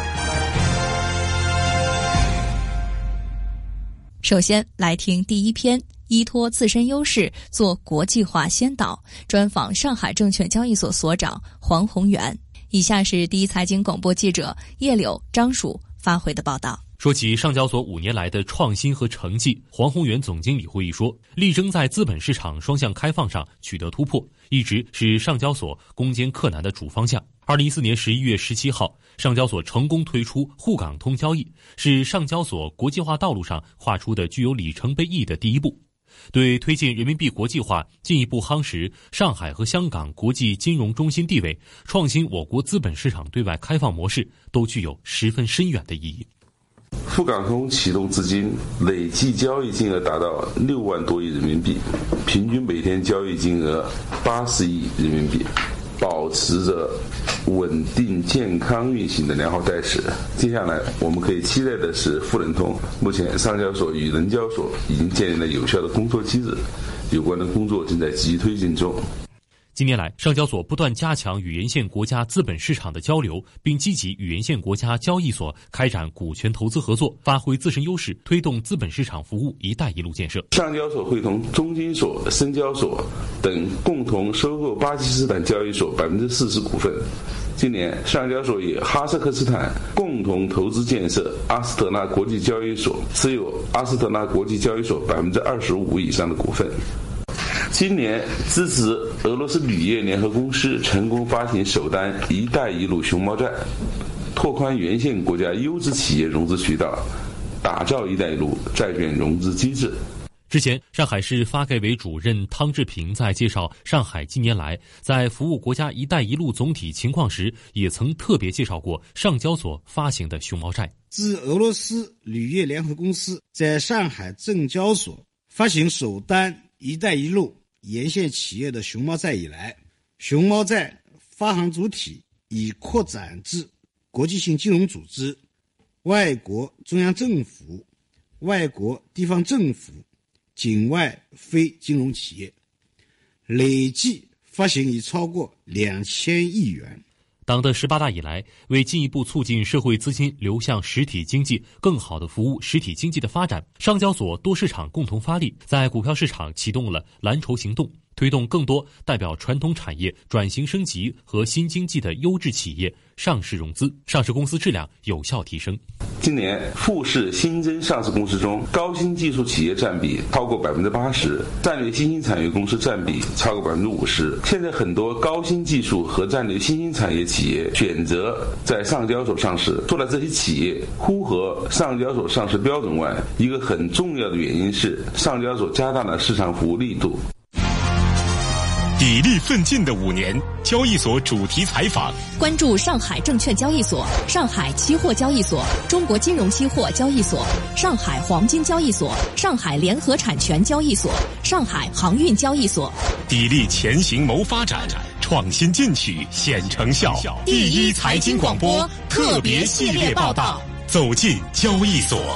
Speaker 10: 首先来听第一篇，依托自身优势做国际化先导，专访上海证券交易所所长黄宏源。以下是第一财经广播记者叶柳、张曙发回的报道。
Speaker 18: 说起上交所五年来的创新和成绩，黄宏源总经理回忆说，力争在资本市场双向开放上取得突破，一直是上交所攻坚克难的主方向。二零一四年十一月十七号，上交所成功推出沪港通交易，是上交所国际化道路上跨出的具有里程碑意义的第一步。对推进人民币国际化进一步夯实上海和香港国际金融中心地位，创新我国资本市场对外开放模式，都具有十分深远的意义。
Speaker 3: 沪港通启动至今，累计交易金额达到六万多亿人民币，平均每天交易金额八十亿人民币，保持着稳定健康运行的良好态势。接下来我们可以期待的是沪人通。目前上交所与人交所已经建立了有效的工作机制，有关的工作正在积极推进中。
Speaker 18: 近年来，上交所不断加强与沿线国家资本市场的交流，并积极与沿线国家交易所开展股权投资合作，发挥自身优势，推动资本市场服务“一带一路”建设。
Speaker 3: 上交所会同中金所、深交所等共同收购巴基斯坦交易所百分之四十股份。今年，上交所与哈萨克斯坦共同投资建设阿斯特纳国际交易所，持有阿斯特纳国际交易所百分之二十五以上的股份。今年支持俄罗斯铝业联合公司成功发行首单“一带一路”熊猫债，拓宽沿线国家优质企业融资渠道，打造“一带一路”债券融资机制。
Speaker 18: 之前，上海市发改委主任汤志平在介绍上海近年来在服务国家“一带一路”总体情况时，也曾特别介绍过上交所发行的熊猫债。
Speaker 5: 自俄罗斯铝业联合公司在上海证交所发行首单“一带一路”沿线企业的熊猫债以来，熊猫债发行主体已扩展至国际性金融组织、外国中央政府、外国地方政府、境外非金融企业，累计发行已超过两千亿元。
Speaker 18: 党的十八大以来，为进一步促进社会资金流向实体经济，更好地服务实体经济的发展，上交所多市场共同发力，在股票市场启动了蓝筹行动，推动更多代表传统产业转型升级和新经济的优质企业上市融资，上市公司质量有效提升。
Speaker 3: 今年沪市新增上市公司中，高新技术企业占比超过百分之八十，战略新兴产业公司占比超过百分之五十。现在很多高新技术和战略新兴产业企业选择在上交所上市，除了这些企业符合上交所上市标准外，一个很重要的原因是上交所加大了市场服务力度。
Speaker 2: 砥砺奋进的五年，交易所主题采访。
Speaker 10: 关注上海证券交易所、上海期货交易所、中国金融期货交易所、上海黄金交易所、上海联合产权交易所、上海航运交易所。
Speaker 2: 砥砺前行谋发展，创新进取显成效。第一财经广播特别系列报道，走进交易所。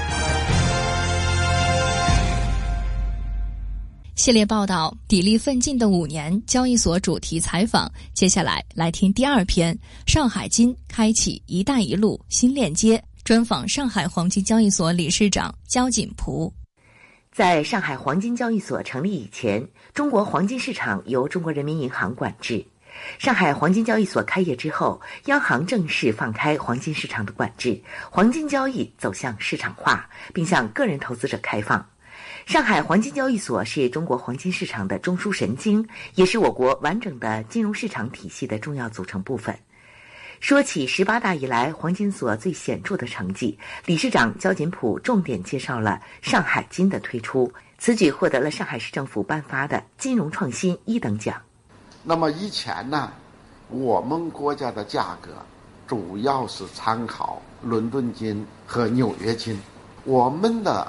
Speaker 10: 系列报道砥砺奋进的五年，交易所主题采访。接下来来听第二篇，上海金开启一带一路新链接，专访上海黄金交易所理事长焦锦璞。
Speaker 6: 在上海黄金交易所成立以前，中国黄金市场由中国人民银行管制。上海黄金交易所开业之后，央行正式放开黄金市场的管制，黄金交易走向市场化，并向个人投资者开放。上海黄金交易所是中国黄金市场的中枢神经，也是我国完整的金融市场体系的重要组成部分。说起十八大以来黄金所最显著的成绩，理事长焦锦璞重点介绍了上海金的推出，此举获得了上海市政府颁发的金融创新一等奖。
Speaker 7: 那么以前呢，我们国家的价格主要是参考伦敦金和纽约金，我们的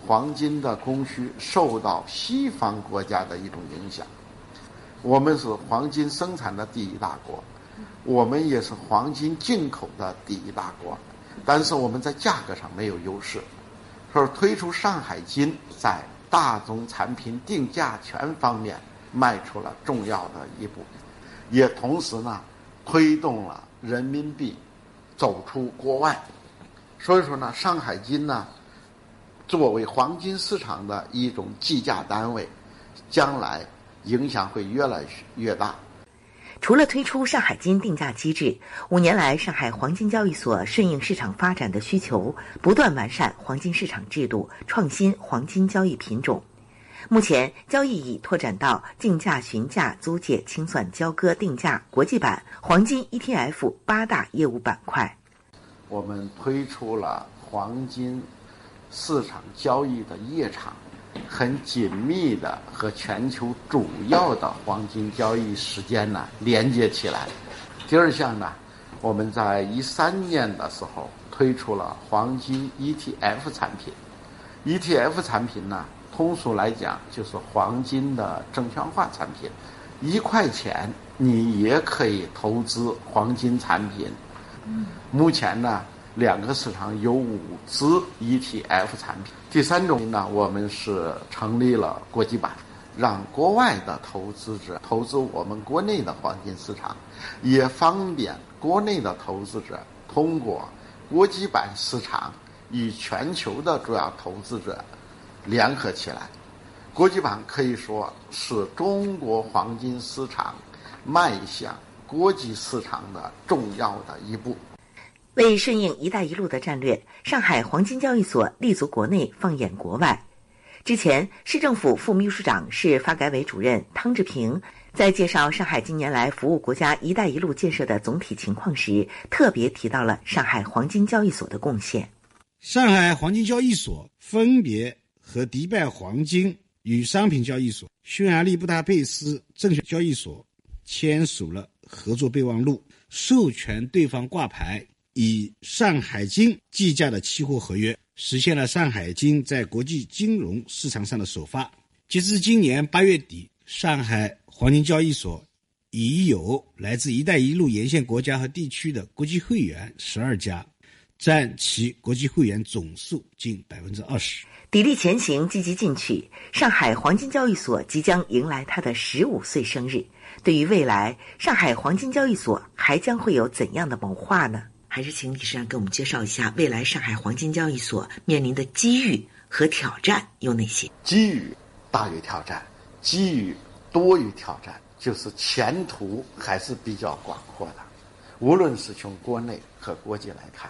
Speaker 7: 黄金的供需受到西方国家的一种影响。我们是黄金生产的第一大国，我们也是黄金进口的第一大国，但是我们在价格上没有优势。说推出上海金，在大宗产品定价权方面迈出了重要的一步，也同时呢推动了人民币走出国外。所以说呢，上海金呢作为黄金市场的一种计价单位，将来影响会越来越大。
Speaker 6: 除了推出上海金定价机制，五年来上海黄金交易所顺应市场发展的需求，不断完善黄金市场制度，创新黄金交易品种。目前交易已拓展到竞价、询价、租借、清算、交割、定价、国际版、黄金 E T F 八大业务板块。
Speaker 7: 我们推出了黄金市场交易的夜场，很紧密的和全球主要的黄金交易时间呢连接起来。第二项呢，我们在一三年的时候推出了黄金 E T F 产品。E T F 产品呢，通俗来讲就是黄金的证券化产品，一块钱你也可以投资黄金产品。目前呢，两个市场有五只 E T F 产品。第三种呢，我们是成立了国际版，让国外的投资者投资我们国内的黄金市场，也方便国内的投资者通过国际版市场与全球的主要投资者联合起来。国际版可以说是中国黄金市场迈向国际市场的重要的一步。
Speaker 6: 为顺应“一带一路”的战略，上海黄金交易所立足国内，放眼国外。之前，市政府副秘书长、市发改委主任汤志平在介绍上海近年来服务国家“一带一路”建设的总体情况时，特别提到了上海黄金交易所的贡献。
Speaker 5: 上海黄金交易所分别和迪拜黄金与商品交易所、匈牙利布达佩斯证券交易所签署了合作备忘录，授权对方挂牌以上海金计价的期货合约，实现了上海金在国际金融市场上的首发。截至今年八月底，上海黄金交易所已有来自“一带一路”沿线国家和地区的国际会员十二家，占其国际会员总数近 百分之二十。
Speaker 6: 砥砺前行，积极进取，上海黄金交易所即将迎来它的十五岁生日。对于未来，上海黄金交易所还将会有怎样的谋划呢？还是请理事长给我们介绍一下未来上海黄金交易所面临的机遇和挑战有哪些？
Speaker 7: 机遇大于挑战，机遇多于挑战，就是前途还是比较广阔的，无论是从国内和国际来看。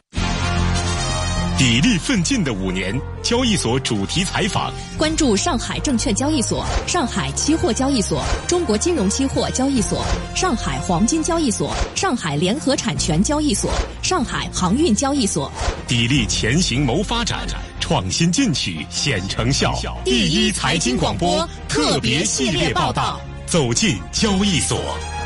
Speaker 2: 砥砺奋进的五年，交易所主题采访，
Speaker 10: 关注上海证券交易所、上海期货交易所、中国金融期货交易所、上海黄金交易所、上海联合产权交易所、上海航运交易所。
Speaker 2: 砥砺前行谋发展，创新进取显成效。第一财经广播特别系列报道，走进交易所。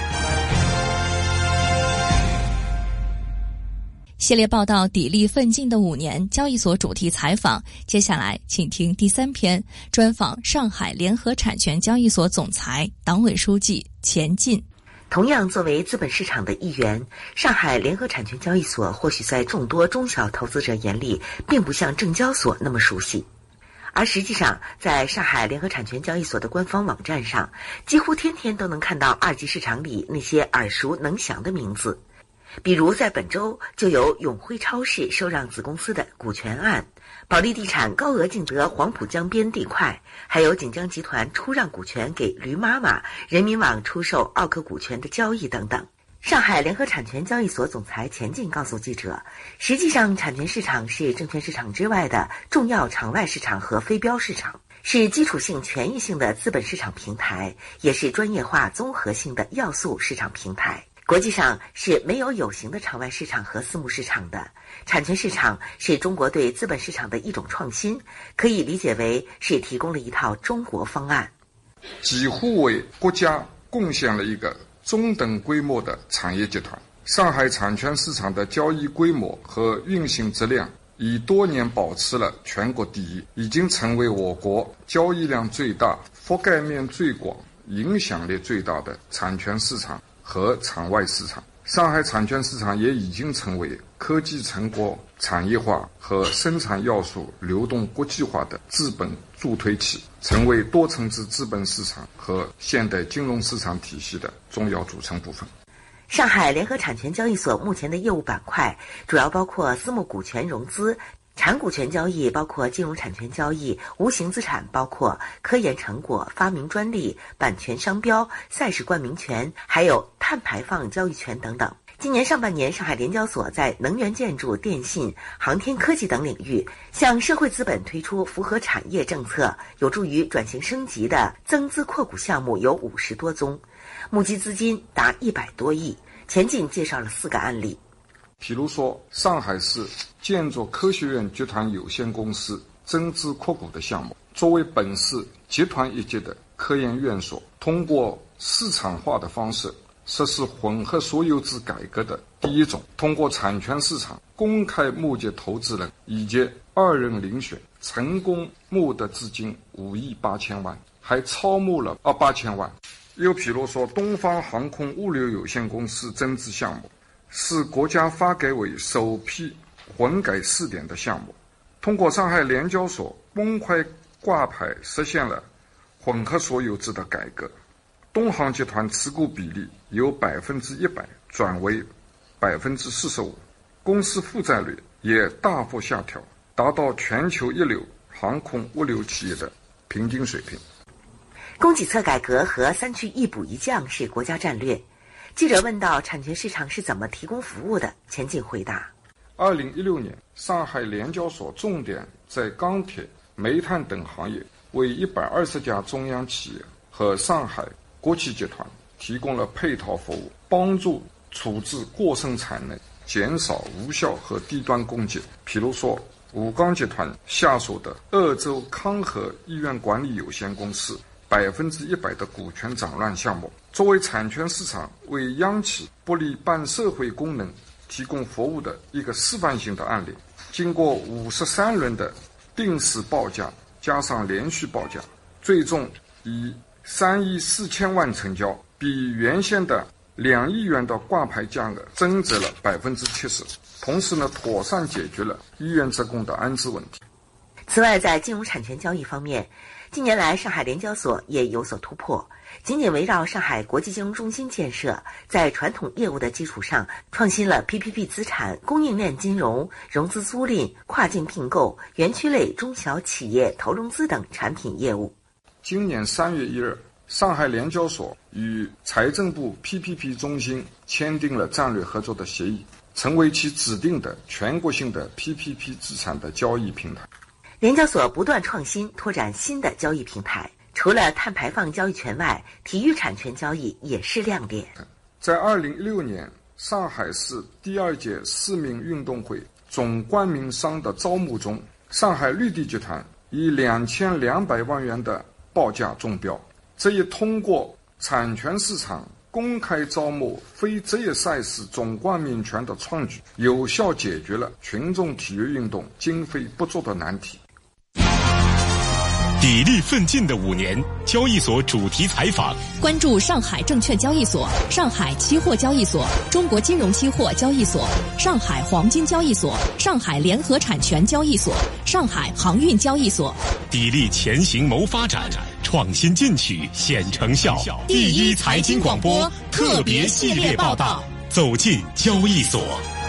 Speaker 10: 系列报道砥砺奋进的五年交易所主题采访，接下来请听第三篇，专访上海联合产权交易所总裁、党委书记钱进。
Speaker 6: 同样作为资本市场的一员，上海联合产权交易所或许在众多中小投资者眼里并不像证交所那么熟悉，而实际上在上海联合产权交易所的官方网站上，几乎天天都能看到二级市场里那些耳熟能详的名字。比如在本周就有永辉超市收让子公司的股权案，保利地产高额竞得黄浦江边地块，还有锦江集团出让股权给驴妈妈，人民网出售奥克股权的交易等等。上海联合产权交易所总裁钱进告诉记者，实际上产权市场是证券市场之外的重要场外市场和非标市场，是基础性权益性的资本市场平台，也是专业化综合性的要素市场平台。国际上是没有有形的场外市场和私募市场的，产权市场是中国对资本市场的一种创新，可以理解为是提供了一套中国方案，
Speaker 1: 几乎为国家贡献了一个中等规模的产业集团。上海产权市场的交易规模和运行质量已多年保持了全国第一，已经成为我国交易量最大、覆盖面最广、影响力最大的产权市场和场外市场。上海产权市场也已经成为科技成果产业化和生产要素流动国际化的资本助推器，成为多层次资本市场和现代金融市场体系的重要组成部分。
Speaker 6: 上海联合产权交易所目前的业务板块主要包括私募股权融资、产股权交易，包括金融产权交易；无形资产包括科研成果、发明专利、版权商标、赛事冠名权，还有碳排放交易权等等。今年上半年，上海联交所在能源、建筑、电信、航天科技等领域向社会资本推出符合产业政策、有助于转型升级的增资扩股项目有五十多宗，募集资金达一百多亿。前景介绍了四个案例。
Speaker 1: 譬如说，上海市建筑科学院集团有限公司增资扩股的项目，作为本市集团一级的科研院所，通过市场化的方式实施混合所有制改革的第一种，通过产权市场公开募集投资人以及二人遴选，成功募得资金五亿八千万，还超募了二八千万。又譬如说，东方航空物流有限公司增资项目，是国家发改委首批混改试点的项目，通过上海联交所公开挂牌实现了混合所有制的改革。东航集团持股比例由百分之一百转为百分之四十五，公司负债率也大幅下调，达到全球一流航空物流企业的平均水平。
Speaker 6: 供给侧改革和三去一补一降是国家战略。记者问到产权市场是怎么提供服务的，钱景回答：
Speaker 1: 二零一六年，上海联交所重点在钢铁、煤炭等行业为一百二十家中央企业和上海国企集团提供了配套服务，帮助处置过剩产能，减少无效和低端供给。譬如说，武钢集团下属的鄂州康和医院管理有限公司百分之一百的股权掌乱项目，作为产权市场为央企不利办社会功能提供服务的一个示范性的案例。经过五十三轮的定时报价加上连续报价，最终以三亿四千万成交，比原先的两亿元的挂牌价格增值了百分之七十。同时呢，妥善解决了医院职工的安置问题。
Speaker 6: 此外，在金融产权交易方面，近年来上海联交所也有所突破，紧紧围绕上海国际金融中心建设，在传统业务的基础上创新了 P P P 资产、供应链金融、融资租赁、跨境并购、园区类中小企业投融资等产品业务。
Speaker 1: 今年三月一日，上海联交所与财政部 P P P 中心签订了战略合作的协议，成为其指定的全国性的 P P P 资产的交易平台。
Speaker 6: 联交所不断创新，拓展新的交易平台，除了碳排放交易权外，体育产权交易也是亮点。
Speaker 1: 在二零一六年上海市第二届市民运动会总冠名商的招募中，上海绿地集团以两千两百万元的报价中标，这也通过产权市场公开招募非职业赛事总冠名权的创举，有效解决了群众体育运动经费不足的难题。
Speaker 2: 砥砺奋进的五年，交易所主题采访，
Speaker 10: 关注上海证券交易所、上海期货交易所、中国金融期货交易所、上海黄金交易所、上海联合产权交易所、上海航运交易所。
Speaker 2: 砥砺前行谋发展，创新进取显成效。第一财经广播特别系列报道，走进交易所。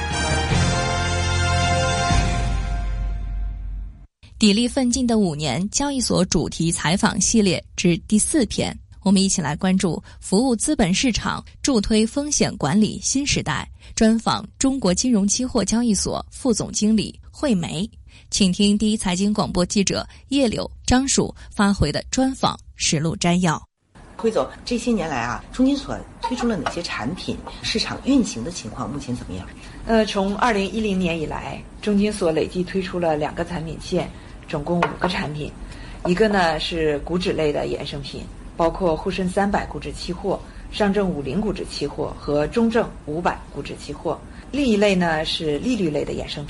Speaker 10: 砥砺奋进的五年，交易所主题采访系列之第四篇，我们一起来关注服务资本市场，助推风险管理新时代。专访中国金融期货交易所副总经理惠梅，请听第一财经广播记者叶柳、张曙发回的专访实录摘要。
Speaker 6: 惠总，这些年来啊，中金所推出了哪些产品？市场运行的情况目前怎么样？
Speaker 8: 呃，从二零一零年以来，中金所累计推出了两个产品线，总共五个产品。一个呢是股指类的衍生品，包括沪深三百股指期货、上证五零股指期货和中证五百股指期货。另一类呢是利率类的衍生品，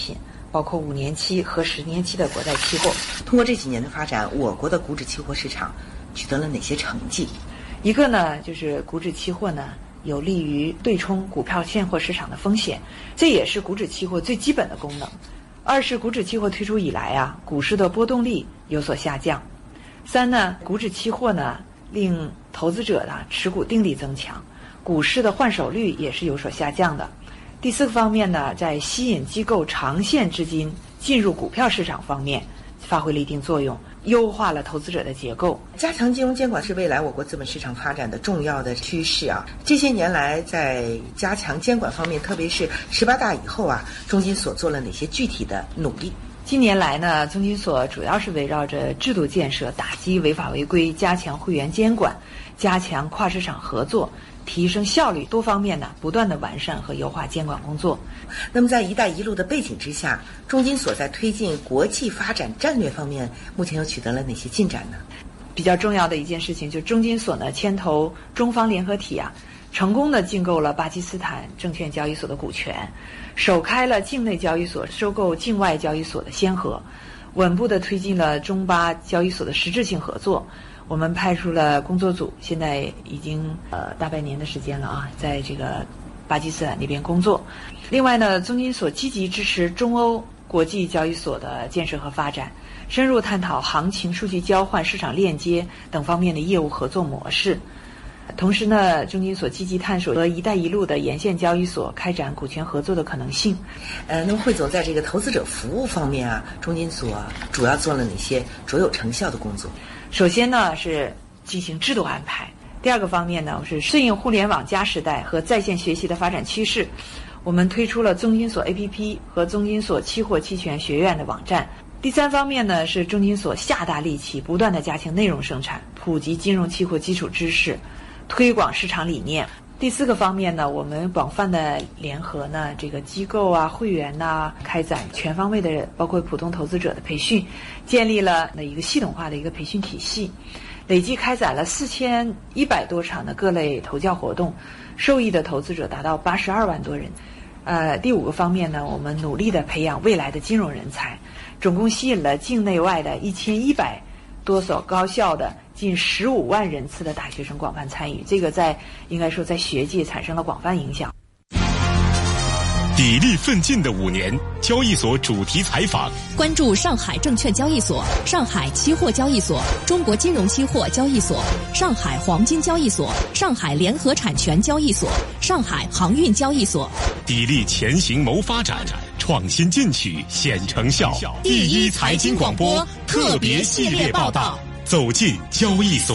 Speaker 8: 包括五年期和十年期的国债期货。
Speaker 6: 通过这几年的发展，我国的股指期货市场取得了哪些成绩？
Speaker 8: 一个呢，就是股指期货呢有利于对冲股票现货市场的风险，这也是股指期货最基本的功能。二是股指期货推出以来啊，股市的波动力有所下降。三呢，股指期货呢令投资者呢持股定力增强，股市的换手率也是有所下降的。第四个方面呢，在吸引机构长线资金进入股票市场方面发挥了一定作用，优化了投资者的结构。
Speaker 6: 加强金融监管是未来我国资本市场发展的重要的趋势啊。这些年来，在加强监管方面，特别是十八大以后啊，中金所做了哪些具体的努力？
Speaker 8: 近年来呢，中金所主要是围绕着制度建设、打击违法违规、加强会员监管、加强跨市场合作、提升效率多方面呢，不断的完善和优化监管工作。
Speaker 6: 那么在“一带一路”的背景之下，中金所在推进国际发展战略方面，目前又取得了哪些进展呢？
Speaker 8: 比较重要的一件事情，就中金所呢牵头中方联合体啊，成功的竞购了巴基斯坦证券交易所的股权，首开了境内交易所收购境外交易所的先河，稳步的推进了中巴交易所的实质性合作。我们派出了工作组，现在已经呃大半年的时间了啊，在这个巴基斯坦那边工作。另外呢，中金所积极支持中欧国际交易所的建设和发展，深入探讨行情数据交换、市场链接等方面的业务合作模式。同时呢，中金所积极探索和“一带一路”的沿线交易所开展股权合作的可能性。
Speaker 6: 呃，那么汇总在这个投资者服务方面啊，中金所主要做了哪些卓有成效的工作？
Speaker 8: 首先呢是进行制度安排，第二个方面呢是顺应互联网加时代和在线学习的发展趋势，我们推出了中金所 A P P 和中金所期货期权学院的网站。第三方面呢是中金所下大力气，不断的加强内容生产，普及金融期货基础知识，推广市场理念。第四个方面呢，我们广泛的联合呢这个机构啊、会员呐、啊，开展全方位的包括普通投资者的培训，建立了一个系统化的一个培训体系，累计开展了四千一百多场的各类投教活动，受益的投资者达到八十二万多人。呃，第五个方面呢，我们努力的培养未来的金融人才，总共吸引了境内外的一千一百多所高校的近十五万人次的大学生广泛参与，这个在应该说在学界产生了广泛影响。
Speaker 2: 砥砺奋进的五年，交易所主题采访，
Speaker 10: 关注上海证券交易所、上海期货交易所、中国金融期货交易所、上海黄金交易所、上海联合产权交易所、上海航运交易所，
Speaker 2: 砥砺前行谋发展，创新进取显成效。第一财经广播特别系列报道，走进交易所。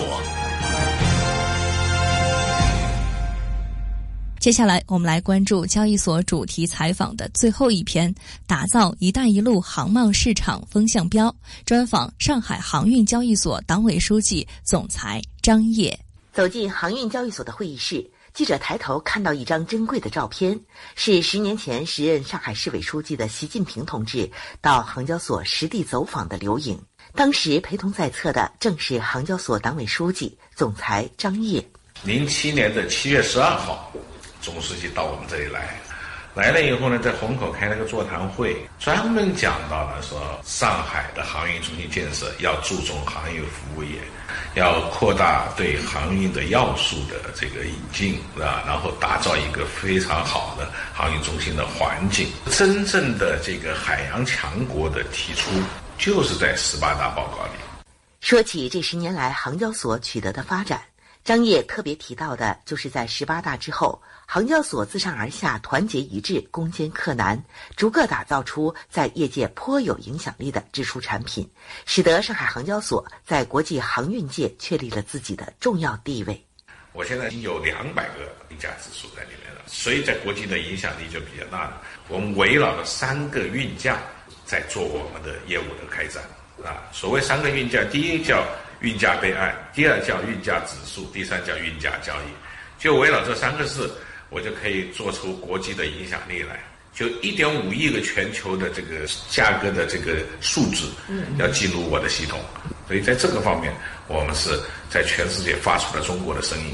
Speaker 10: 接下来我们来关注交易所主题采访的最后一篇，打造“一带一路”航贸市场风向标，专访上海航运交易所党委书记、总裁张烨。
Speaker 6: 走进航运交易所的会议室，记者抬头看到一张珍贵的照片，是十年前时任上海市委书记的习近平同志到航交所实地走访的留影。当时陪同在侧的正是航交所党委书记、总裁张烨。
Speaker 9: 零七年的七月十二号，总书记到我们这里来，来了以后呢，在虹口开了个座谈会，专门讲到了说上海的航运中心建设要注重航运服务业，要扩大对航运的要素的这个引进，啊，然后打造一个非常好的航运中心的环境。真正的这个海洋强国的提出，就是在十八大报告里。
Speaker 6: 说起这十年来航交所取得的发展，张烨特别提到的就是在十八大之后，航交所自上而下团结一致，攻坚克难，逐个打造出在业界颇有影响力的支出产品，使得上海航交所在国际航运界确立了自己的重要地位。
Speaker 9: 我现在已经有两百个运价指数在里面了，所以在国际的影响力就比较大了。我们围绕着三个运价在做我们的业务的开展啊。所谓三个运价，第一叫运价备案，第二叫运价指数，第三叫运价交易。就围绕这三个事，我就可以做出国际的影响力来。就一点五亿个全球的这个价格的这个数字，要进入我的系统。所以在这个方面，我们是在全世界发出了中国的声音。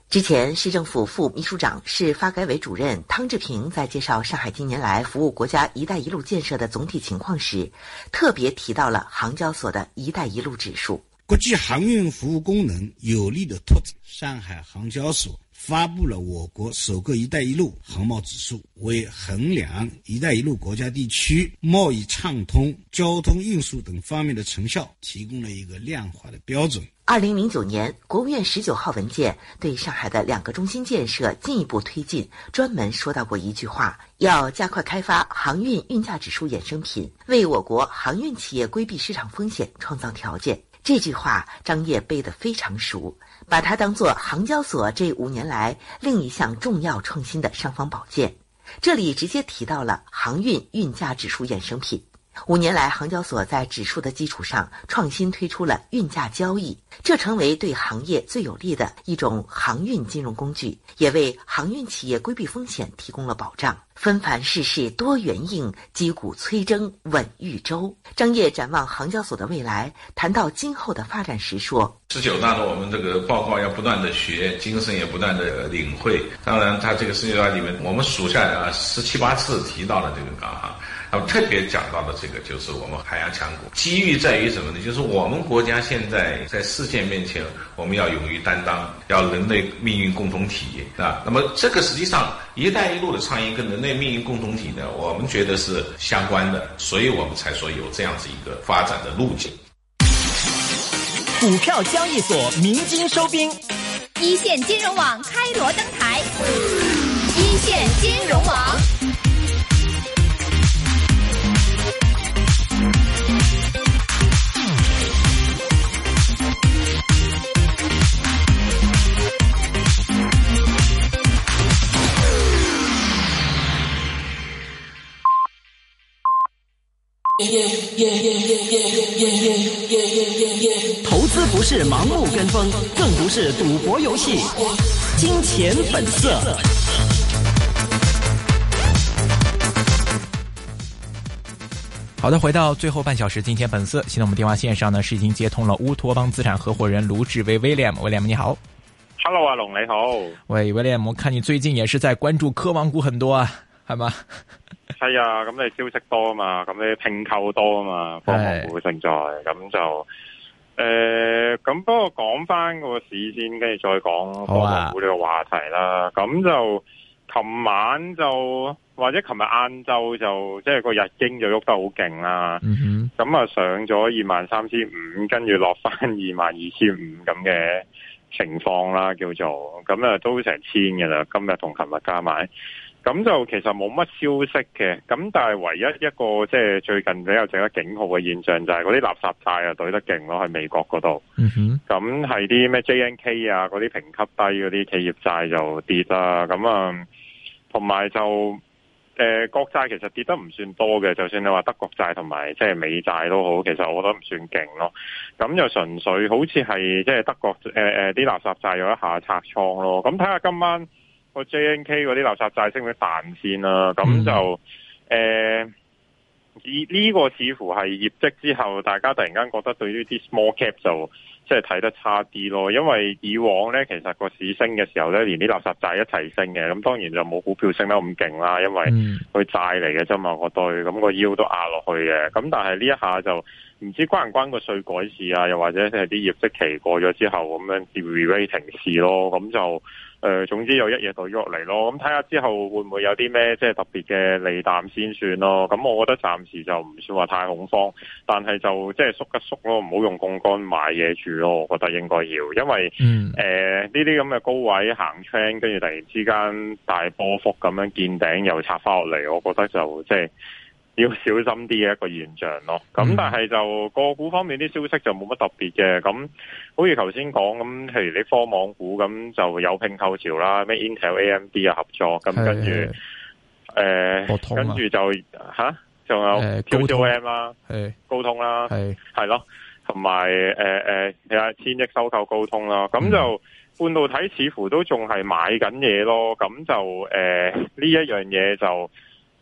Speaker 6: 之前，市政府副秘书长、市发改委主任汤志平在介绍上海近年来服务国家“一带一路”建设的总体情况时，特别提到了杭交所的一带一路指数。
Speaker 5: 国际航运服务功能有力的拓展，上海杭交所发布了我国首个“一带一路”航贸指数，为衡量“一带一路”国家地区贸易畅通、交通运输等方面的成效提供了一个量化的标准。
Speaker 6: 二零零九年，国务院十九号文件对上海的两个中心建设进一步推进专门说到过一句话，要加快开发航运运价指数衍生品，为我国航运企业规避市场风险创造条件。这句话张烨背得非常熟，把它当作杭交所这五年来另一项重要创新的尚方宝剑。这里直接提到了航运运价指数衍生品。五年来，杭交所在指数的基础上创新推出了运价交易，这成为对行业最有利的一种航运金融工具，也为航运企业规避风险提供了保障。纷繁世事多元应，击鼓催征稳豫州。张烨展望杭交所的未来，谈到今后的发展时说：
Speaker 9: 十九大的我们这个报告要不断的学，精神也不断的领会。当然，他这个十九大里面，我们数下来啊，十七八次提到了这个港航。然后特别讲到的这个就是我们海洋强国，机遇在于什么呢？就是我们国家现在在世界面前，我们要勇于担当，要人类命运共同体啊。那么这个实际上“一带一路”的倡议跟人类命运共同体呢，我们觉得是相关的，所以我们才说有这样子一个发展的路径。
Speaker 11: 股票交易所鸣金收兵，
Speaker 12: 一线金融网开锣登台，一线金融网。
Speaker 11: 投资不是盲目跟风，更不是赌博游戏。金钱本色。
Speaker 13: 好的，回到最后半小时，金钱本色。现在我们电话线上呢是已经接通了乌托邦资产合伙人卢志威 William，William 你好。
Speaker 14: Hello， 阿龙你好。
Speaker 13: 喂 William， 我看你最近也是在關注科網股很多啊，係嘛？
Speaker 14: 係啊，咁你消息多啊嘛，咁你併購多啊嘛，科網股勝在，咁就誒，咁、呃、不過講翻個市先，跟住再講科網股呢個話題啦。咁、啊、就琴晚就或者琴日晏晝就即係個日經就喐得好勁啦。嗯咁啊上咗二萬三千五，跟住落翻二萬二千五咁嘅情況啦，叫做咁啊都成千嘅啦。今日同琴日加埋。咁就其實冇乜消息嘅，咁但係唯一一個即係最近比較值得警號嘅現象就係嗰啲垃圾債啊對得勁咯，喺美國嗰度。嗯哼。咁係啲咩 J N K 啊嗰啲評級低嗰啲企業債就跌啦，咁啊同埋就誒、呃、國債其實跌得唔算多嘅，就算你話德國債同埋即係美債都好，其實我覺得唔算勁咯。咁就純粹好似係即係德國誒誒啲垃圾債有一下拆倉咯，咁睇下今晚個 J N K 嗰啲垃圾債升唔彈先啦，咁就誒，以、呃、呢、這個似乎係業績之後，大家突然間覺得對呢啲 small cap 就即係睇得差啲咯，因為以往咧其實個市升嘅時候咧，連啲垃圾債一齊升嘅，咁當然就冇股票升得咁勁啦，因為佢債嚟嘅啫嘛，個對，咁個腰都壓落去嘅，咁但係呢一下就唔知關唔關個稅改事啊，又或者係啲業績期過咗之後咁樣 re-rating 事咯，咁就。誒、呃，總之有一嘢對咗落嚟咯，咁睇下之後會唔會有啲咩即係特別嘅利淡先算咯。咁我覺得暫時就唔算話太恐慌，但係就即係縮一縮咯，唔好用槓桿買嘢住咯。我覺得應該要，因為誒呢啲咁嘅高位行穿，跟住突然之間大波幅咁樣見頂又插翻落嚟，我覺得就即係要小心啲嘅一個現象咯。咁但係就個股方面啲消息就冇乜特別嘅。咁好似頭先講咁，譬如啲科網股咁就有併購潮啦，咩 Intel、A M D 啊合作，咁跟住誒、呃，跟住就吓，仲有 Q Q M 啦，高通啦，係係咯，同埋誒誒，你話千億收購高通啦，咁就半導體似乎都仲係買緊嘢咯。咁就誒呢、呃、一樣嘢就。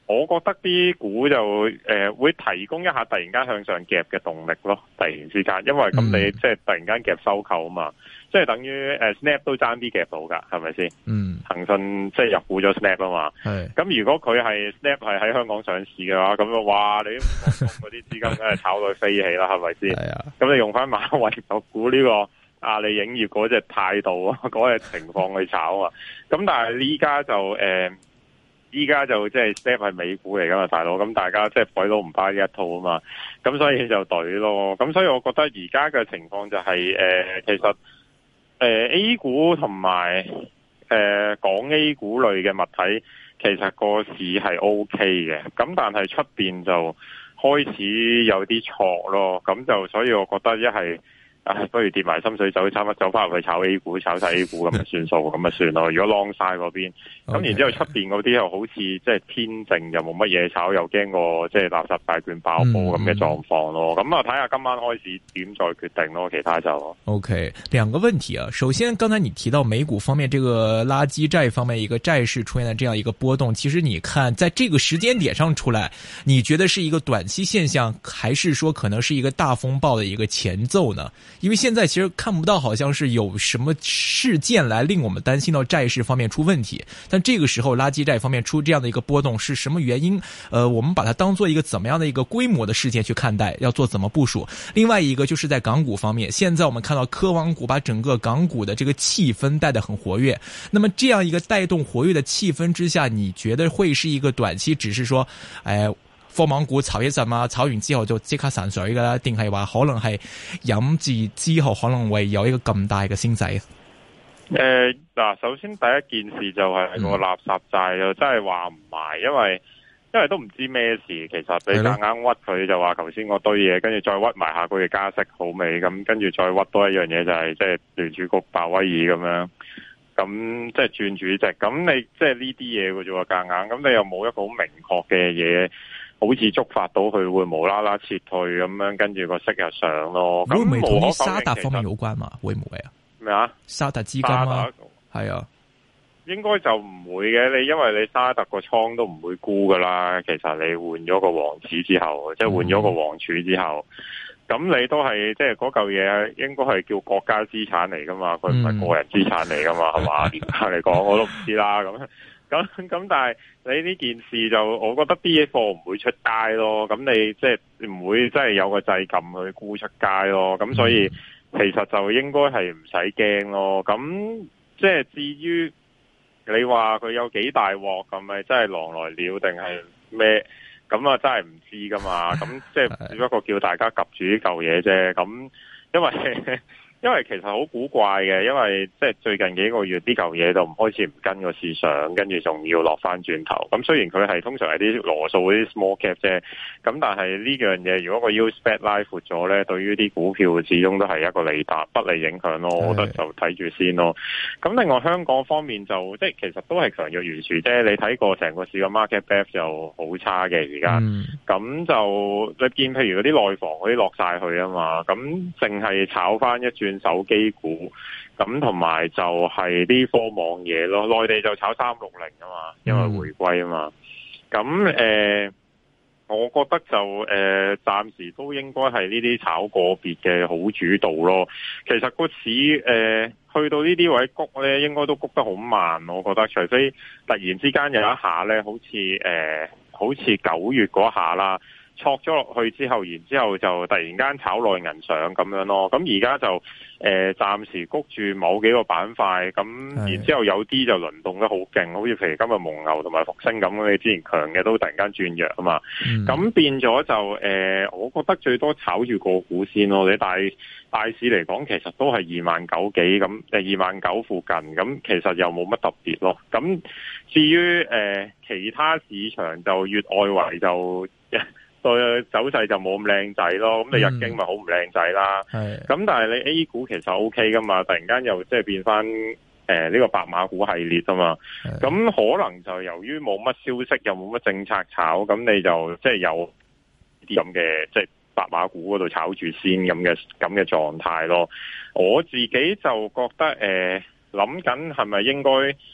Speaker 14: 我覺得啲股就誒、呃、會提供一下突然間向上夾嘅動力咯，突然之間，因為咁你、嗯、即係突然間夾收購啊嘛，即係等於誒、呃、Snap 都爭啲夾到㗎，係咪先？嗯，騰訊即係入股咗 Snap 啊嘛。係。咁如果佢係 Snap 係喺香港上市嘅話，咁啊哇，你香港嗰啲資金梗係炒到飛起啦，係咪先？係啊。咁你用翻馬雲入股呢個阿里影業嗰隻態度啊，嗰隻情況去炒啊，咁但係呢家就誒。呃依家就即係 Snap 係美股嚟噶嘛，大佬，咁大家即係鬼佬唔 buy 呢一套啊嘛，咁所以就懟咯。咁所以我覺得而家嘅情況就係、是、誒、呃，其實誒、呃、A 股同埋誒港 A 股類嘅物體，其實個市係 OK 嘅。咁但係出邊就開始有啲錯咯。咁就所以我覺得一係。啊、不如跌埋心水走，差唔多走翻入去炒 A 股，炒晒 A 股咁就算數，咁就算咯。如果 long 晒嗰邊，咁、okay. 然之後出邊嗰啲又好似即係偏靜，又冇乜嘢炒，又驚個即係垃圾債券爆煲咁嘅狀況咯。咁啊睇下今晚開始點再決定咯，其他就 OK。
Speaker 13: 兩個問題啊，首先剛才你提到美股方面，這個垃圾債方面一個債市出現的這樣一個波動，其實你看在這個時間點上出來，你覺得是一個短期現象，還是說可能是一個大風暴的一個前奏呢？因為現在其實看不到好像是有什麼事件來令我們擔心到債市方面出問題，但這個時候垃圾債方面出這樣的一個波動是什麼原因？呃，我們把它當做一個怎麼樣的一個規模的事件去看待，要做怎麼部署？另外一個就是在港股方面，現在我們看到科網股把整個港股的這個氣氛帶得很活躍，那麼這樣一個帶動活躍的氣氛之下，你覺得會是一個短期只是說，哎，科網股炒一陣啊，炒完之後就即刻散水噶啦，定係話可能係飲住之後可能會有一個咁大嘅升勢？
Speaker 14: 誒，嗱，首先第一件事就係個垃圾債就真係話唔埋，因為因為都唔知咩事，其實你硬硬屈佢就話頭先嗰堆嘢，跟住再屈埋下個月加息好未？咁跟住再屈多一樣嘢就係即係聯儲局鮑威爾咁樣，咁即係轉主席，咁你即係呢啲嘢嘅啫喎，夾硬，咁你又冇一個好明確嘅嘢。好似觸發到佢會無啦啦撤退咁樣，跟住個息又上咯。會唔會同啲沙特方面有關嘛？會唔會啊？咩啊？沙特資金啊？係啊，應該就唔會嘅。你因為你沙特個倉都唔會沽噶啦。其實你換咗個王儲之後，即係換咗個王儲之後，咁、嗯、你都係即係嗰嚿嘢應該係叫國家資產嚟噶嘛？佢唔係個人資產嚟噶嘛？係、嗯、嘛？點解嚟講我都唔知啦。咁。咁咁，但係你呢件事就，我覺得啲嘢貨唔會出街咯。咁你即係唔會真係有個掣撳去沽出街咯。咁所以其實就應該係唔使驚咯。咁即係至於你話佢有幾大鑊，咁咪真係狼來了定係咩？咁啊真係唔知噶嘛。咁即係只不過叫大家及住呢嚿嘢啫。咁因為。因為其實好古怪嘅，因為即係最近幾個月呢嚿嘢就唔開始唔跟個市場，跟住仲要落翻轉頭。咁雖然佢係通常係啲羅素嗰啲 small cap 啫，咁但係呢樣嘢如果個 yield spread 拉闊咗咧，對於啲股票始終都係一個利達不利影響咯。我覺得就睇住先咯。咁另外香港方面就即係其實都係強弱懸殊啫。你睇過成個市嘅 market depth 就好差嘅而家。咁、嗯、就你見譬如嗰啲內房嗰啲落晒去啊嘛，咁淨係炒翻一轉手機股，咁同埋就係啲科網嘢咯，內地就炒三六零啊嘛，因為回歸啊嘛，咁誒、呃，我覺得就誒，暫、呃、時都應該係呢啲炒個別嘅好主導咯。其實個市誒、呃、去到呢啲位谷咧，應該都谷得好慢，我覺得，除非突然之間有一下咧，好似誒、呃，好似九月嗰下啦。挫咗落去之後，然之後就突然間炒內銀上咁樣咯。咁而家就誒、呃、暫時谷住某幾個板塊，咁然之後有啲就輪動得好勁，好似譬如今日蒙牛同埋復星咁，你之前強嘅都突然間轉弱啊嘛。咁、嗯、變咗就誒、呃，我覺得最多炒住個股先咯。你大大市嚟講，其實都係二萬九幾咁，誒二萬九附近，咁其實又冇乜特別咯。咁至於誒、呃、其他市場就越外圍就。個走勢就冇咁靚仔咯，咁你日經咪好唔靚仔啦。咁、嗯、但係你 A 股其實 O K 噶嘛，突然間又即係變翻誒呢個白馬股系列啊嘛。咁可能就由於冇乜消息又冇乜政策炒，咁你就即係有啲咁嘅即係白馬股嗰度炒住先咁嘅咁嘅狀態咯。我自己就覺得誒諗緊係咪應該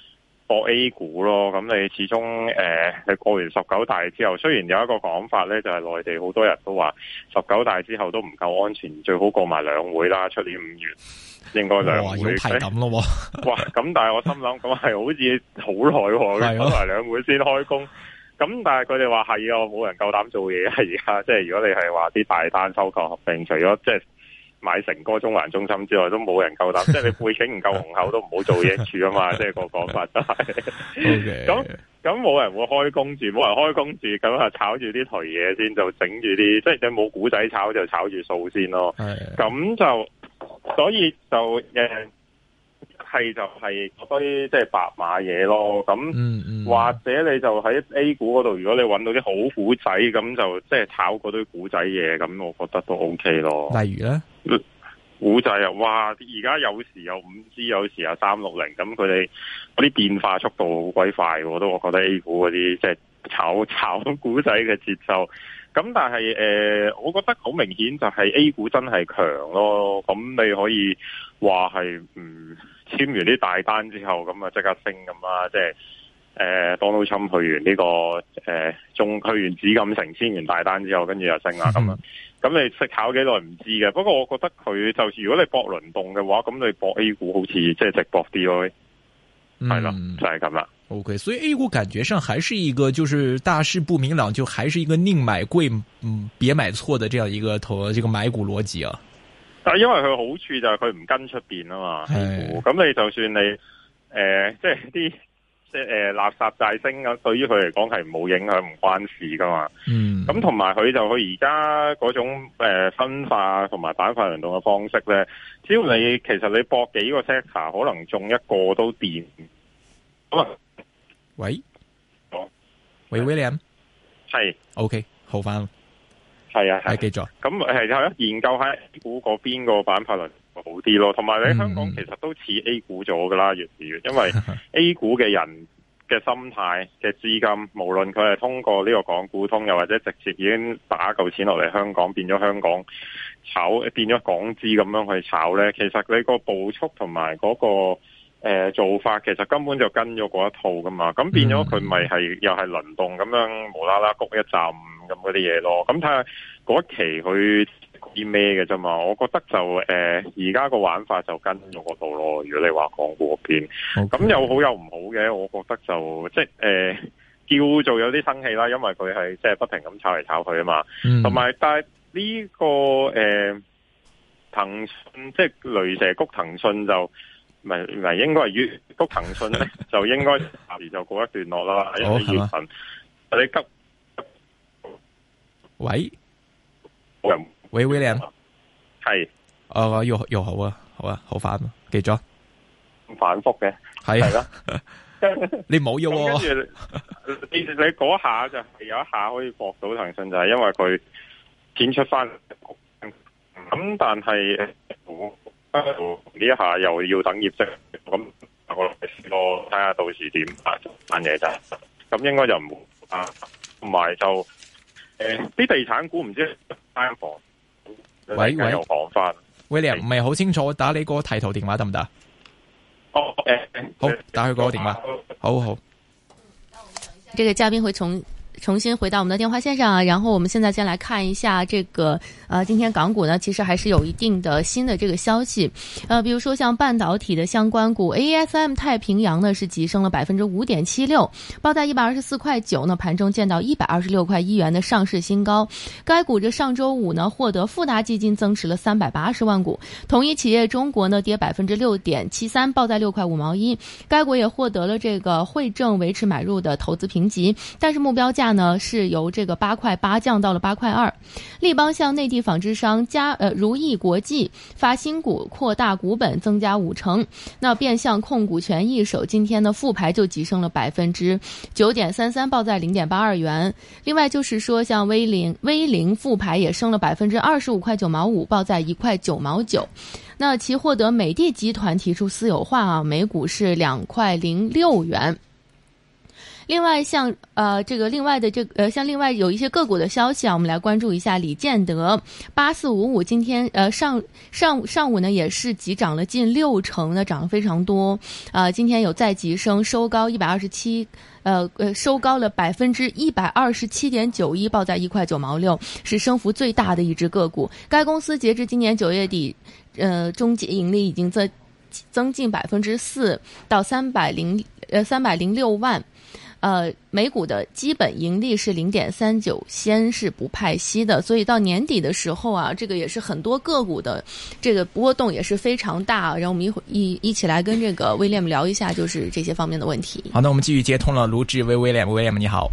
Speaker 14: 博 A 股咯。咁你始終誒、呃，你過完十九大之後，雖然有一個講法咧，就係、是、內地好多人都話十九大之後都唔夠安全，最好過埋兩會啦，出年五月應該兩會。
Speaker 13: 要排咁咯喎！
Speaker 14: 哇！咁但係我心諗，咁係好似好耐喎，講埋兩會先開工。咁但係佢哋話係啊，冇人夠膽做嘢啊！而家即係如果你係話啲大單收購合併，除咗即係買成個中環中心之外，都冇人夠膽。即係你背景唔夠雄厚，都唔好做嘢住啊嘛！即係個講法都係。咁咁冇人會開工住，冇人開工住，咁啊炒住啲頹嘢先，就整住啲，即係你冇股仔炒就炒住數先咯。咁就所以就誒。係就係嗰啲即係白馬嘢咯，咁、嗯嗯、或者你就喺 A 股嗰度，如果你揾到啲好股仔，咁就即係炒嗰堆股仔嘢，咁我覺得都 OK 咯。
Speaker 13: 例如咧，
Speaker 14: 股仔啊，哇！而家有時有五 G， 有時有三六零，咁佢哋嗰啲變化速度好鬼快，我都我覺得 A 股嗰啲即係炒炒股仔嘅節奏。咁但係誒、呃，我覺得好明顯就係 A 股真係強咯。咁你可以話係唔簽完啲大單之後，咁啊即刻升咁啦。即係誒 Donald Trump 去完呢、這個誒中、呃、去完紫禁城簽完大單之後，跟住又升啦咁啊。咁你識炒幾耐唔知嘅。不過我覺得佢就是如果你搏輪動嘅話，咁你搏 A 股好似即係值博啲咯。係啦、嗯，就係咁啦。
Speaker 13: OK， 所以 A 股感覺上還是一個，就是大勢不明朗，就還是一個寧買貴，嗯，別買錯的這樣一個投，這個買股邏輯啊。
Speaker 14: 但係因為佢好處就係佢唔跟出邊啊嘛 ，A 股，咁你就算你誒、呃，即係啲即係誒、呃、垃圾債升啊，對於佢嚟講係冇影響，唔關事噶嘛。嗯。咁同埋佢就佢而家嗰種誒、呃、分化同埋板塊輪動嘅方式咧，只要你其實你博幾個 sector， 可能中一個都掂。咁啊。
Speaker 13: 喂，喂 William，
Speaker 14: 係
Speaker 13: ，OK， 好翻，
Speaker 14: 係啊，
Speaker 13: 係繼續。
Speaker 14: 咁係係咯，研究喺 A 股嗰邊個板塊輪好啲咯，同埋你香港其實都似 A 股咗噶啦，越嚟越，因為 A 股嘅人嘅心態嘅資金，無論佢係通過呢個港股通，又或者直接已經打嚿錢落嚟香港，變咗香港炒，變咗港資咁樣去炒咧，其實你個步速同埋嗰個。誒、呃，做法其實根本就跟咗嗰一套噶嘛，咁變咗佢咪係又係輪動咁樣無啦啦谷一站咁嗰啲嘢咯，咁睇下嗰一期佢啲咩嘅啫嘛，我覺得就誒而家個玩法就跟咗嗰度咯。如果你話港股嗰邊，咁、okay. 有好有唔好嘅，我覺得就即係誒、呃、叫做有啲生氣啦，因為佢係即係不停咁炒嚟炒去啊嘛，同、嗯、埋但係呢、這個誒騰訊即係雷蛇谷騰訊就。唔係唔係，應該係越谷騰訊咧，就應該下年就告一段落啦。因為月份你急，
Speaker 13: 喂，喂 William， 係，哦，又又好啊，好啊，好反啊，記咗，
Speaker 14: 反覆嘅，係係啦，
Speaker 13: 你冇用喎。
Speaker 14: 跟住你你嗰下就係有一下可以搏到騰訊，就係因為佢展出翻，咁但係。呢一下又要等業績，咁我嚟試咯，睇下到時點辦嘢啫。咁應該就唔會啊，同埋就誒啲、呃、地產股唔知單房，
Speaker 13: 喂喂，
Speaker 14: 又講翻
Speaker 13: William 唔係好清楚，打你個提頭電話得唔得？
Speaker 14: 哦，誒、呃，
Speaker 13: 好，打佢個電話，好好。
Speaker 15: 這個嘉賓會從。重新回到我們的電話線上，然後我們現在先來看一下這個，呃，今天港股呢其實還是有一定的新的這個消息，呃，比如說像半導體的相關股 A S M 太平洋呢是急升了百分之五點七六，報在一百二十四塊九呢，盤中見到一百二十六塊一元的上市新高。該股這上周五呢獲得富達基金增持了三百八十萬股，統一企業中國呢跌百分之六點七三，報在六塊五毛一。該股也獲得了這個惠證維持買入的投資評級，但是目標價呢是由這個八塊八降到了八塊二。立邦向內地紡織商加呃如意國際發新股，擴大股本，增加五成。那變相控股權一手今天的復牌就急升了百分之九點三三，報在零點八二元。另外就是說，像威凌威凌復牌也升了百分之二十五塊九毛五，報在一塊九毛九。那其獲得美的集團提出私有化啊，每股是兩塊零六元。 另外像呃这个另外的这个呃像另外有一些个股的消息啊，我们来关注一下李建德八四五五，今天呃上上上午呢也是急涨了近六成的，涨得非常多啊、呃，今天有再急升，收高一百二十七。呃呃，收高了百分之一百二十七点九一，报在一块九毛六，是升幅最大的一只个股。该公司截至今年九月底，呃，中期盈利已经增增近百分之四到三百零呃三百零六万。呃，每股的基本盈利是零点三九仙，是不派息的，所以到年底的时候啊，这个也是很多个股的这个波动也是非常大。然后我们一会一一起来跟这个威廉聊一下，就是这些方面的问题。
Speaker 13: 好，那我們繼續接通了盧志威威廉，威廉你好。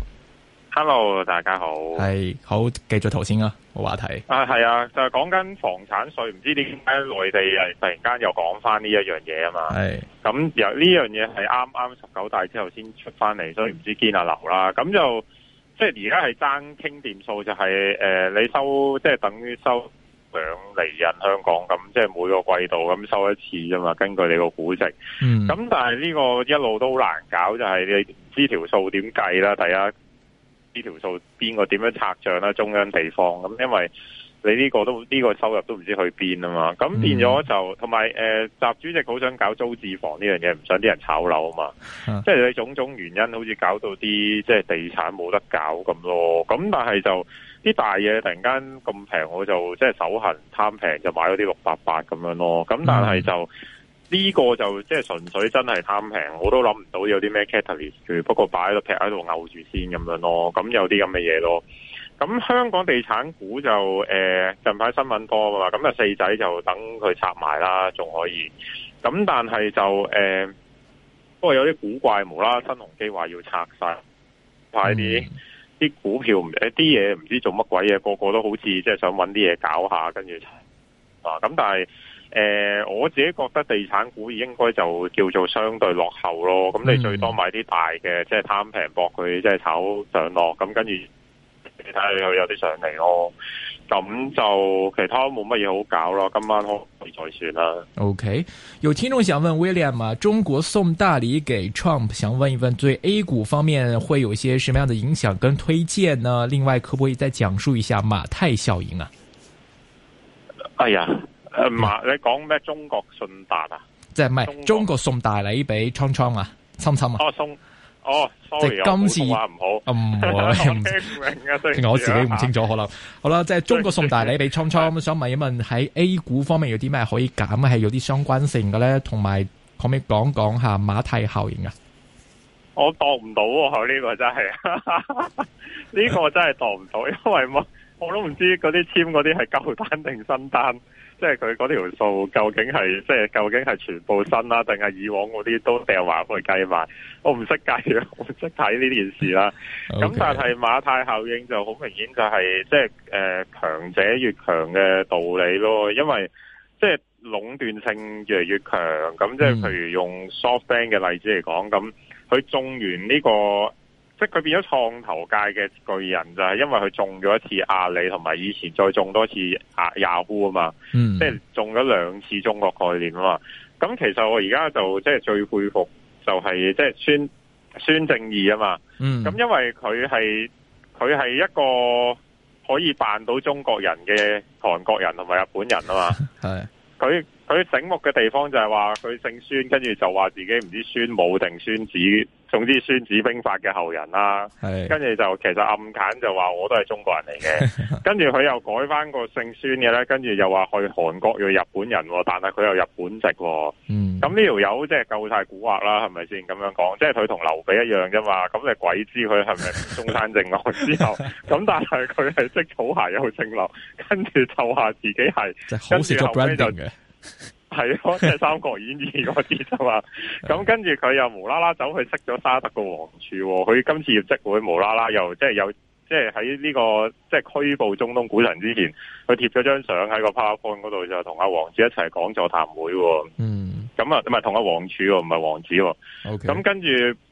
Speaker 14: Hello， 大家好。
Speaker 13: 係好，繼續頭先啊個話題。
Speaker 14: 啊，係啊，就係講緊房產稅，唔知點解內地誒突然間又講翻呢一樣嘢啊嘛。係。咁由呢樣嘢係啱啱十九大之後先出翻嚟，所以唔知堅啊流啦。咁就即係而家係爭傾掂數，就係、是、誒、呃、你收即係等於收兩厘印香港咁，即係每個季度咁收一次啫嘛。根據你個估值。嗯。咁但係呢個一路都好難搞，就係、是、你唔知條數點計啦。第一。呢條數邊個點樣拆賬啦？中央地方咁，因為你呢個都呢、呢個收入都唔知去邊啊嘛，咁變咗就同埋誒，習主席好想搞租置房呢樣嘢，唔想啲人炒樓啊嘛，嗯、即係你種種原因，好似搞到啲即係地產冇得搞咁咯。咁但係就啲大嘢突然間咁平，我就即係手痕貪平就買咗啲六八八咁樣咯。咁但係就。嗯呢個就即係純粹真係貪平，我都諗唔到有啲咩 catalyst， 不過擺喺度劈喺度漚住先咁樣咯。咁有啲咁嘅嘢咯。咁香港地產股就誒、呃、近排新聞多㗎嘛，咁啊四仔就等佢拆埋啦，仲可以。咁但係就誒、呃，不過有啲古怪無啦，新鴻基話要拆晒，派啲啲股票唔誒啲嘢唔知做乜鬼嘢，個個都好似即係想揾啲嘢搞下，跟住啊咁，但係。誒、呃，我自己覺得地產股應該就叫做相對落後咯。咁你最多買啲大嘅，即係貪平博佢，即係炒上落。咁跟住你睇下佢有啲上嚟咯。咁就其他冇乜嘢好搞咯。今晚可以再算啦。
Speaker 13: OK， 有聽眾想問 William 嘛？中國送大禮給 Trump， 想問一問對 A 股方面會有些什麼樣的影響跟推薦呢？另外，可唔可以再講述一下馬太效應啊？
Speaker 14: 哎呀！誒，馬你講咩？中國信達啊？即係唔係
Speaker 13: 中國送大禮俾倉倉啊？侵侵啊？
Speaker 14: 哦送哦 ，sorry，
Speaker 13: 即今次
Speaker 14: 話唔好，
Speaker 13: 唔會，
Speaker 14: 我聽唔明啊，對
Speaker 13: 我自己唔清楚，可能好啦，即係中國送大禮俾倉倉，想問一問喺 A 股方面有啲咩可以減，係有啲相關性嘅咧？同埋可唔可以講講下馬太效應啊？
Speaker 14: 我度唔到喎，呢、這個真係，呢個真係度唔到，因為我。我都唔知嗰啲簽嗰啲係舊單定新單，即係佢嗰條數究竟係即係究竟係全部新啦，定係以往嗰啲都掉埋去計埋？我唔識計，我唔識睇呢件事啦。咁、okay. 但係馬太效應就好明顯就係即係誒強者越強嘅道理咯，因為即係壟斷性越嚟越強。咁即係譬如用 SoftBank 嘅例子嚟講，咁佢中完呢個。即係佢變咗創投界嘅巨人，就係因為佢中咗一次阿里，同埋以前再中多次啊 Yahoo 啊嘛，嗯、即係中咗兩次中國概念啊嘛。咁其實我而家就即係最佩服就係即係孫孫正義啊嘛。咁、嗯、因為佢係佢係一個可以扮到中國人嘅韓國人同埋日本人啊嘛。係佢佢醒目嘅地方就係話佢姓孫，跟住就話自己唔知孫武定孫子。總之孫子兵法嘅後人啦，跟住就其實暗揀就話我都係中國人嚟嘅，跟住佢又改翻個姓孫嘅咧，跟住又話去韓國要日本人，但係佢又日本籍，咁呢條友即係夠晒蠱惑啦，係咪先咁樣講？即係佢同劉備一樣啫嘛，咁你鬼知佢係咪中山正落之後？咁但係佢係識草鞋有正落，跟住就話自己係，跟住後尾就係咯，即係《三國演義》嗰啲啫嘛。咁跟住佢又無啦啦走去識咗沙特個王儲，佢今次業績會無啦啦又即係有即係喺呢個即係拘捕中東股神之前，佢貼咗張相喺個 PowerPoint 嗰度，就同阿王子一齊講座談會。嗯，咁啊唔係同阿王儲，唔係王子。咁、okay. 跟住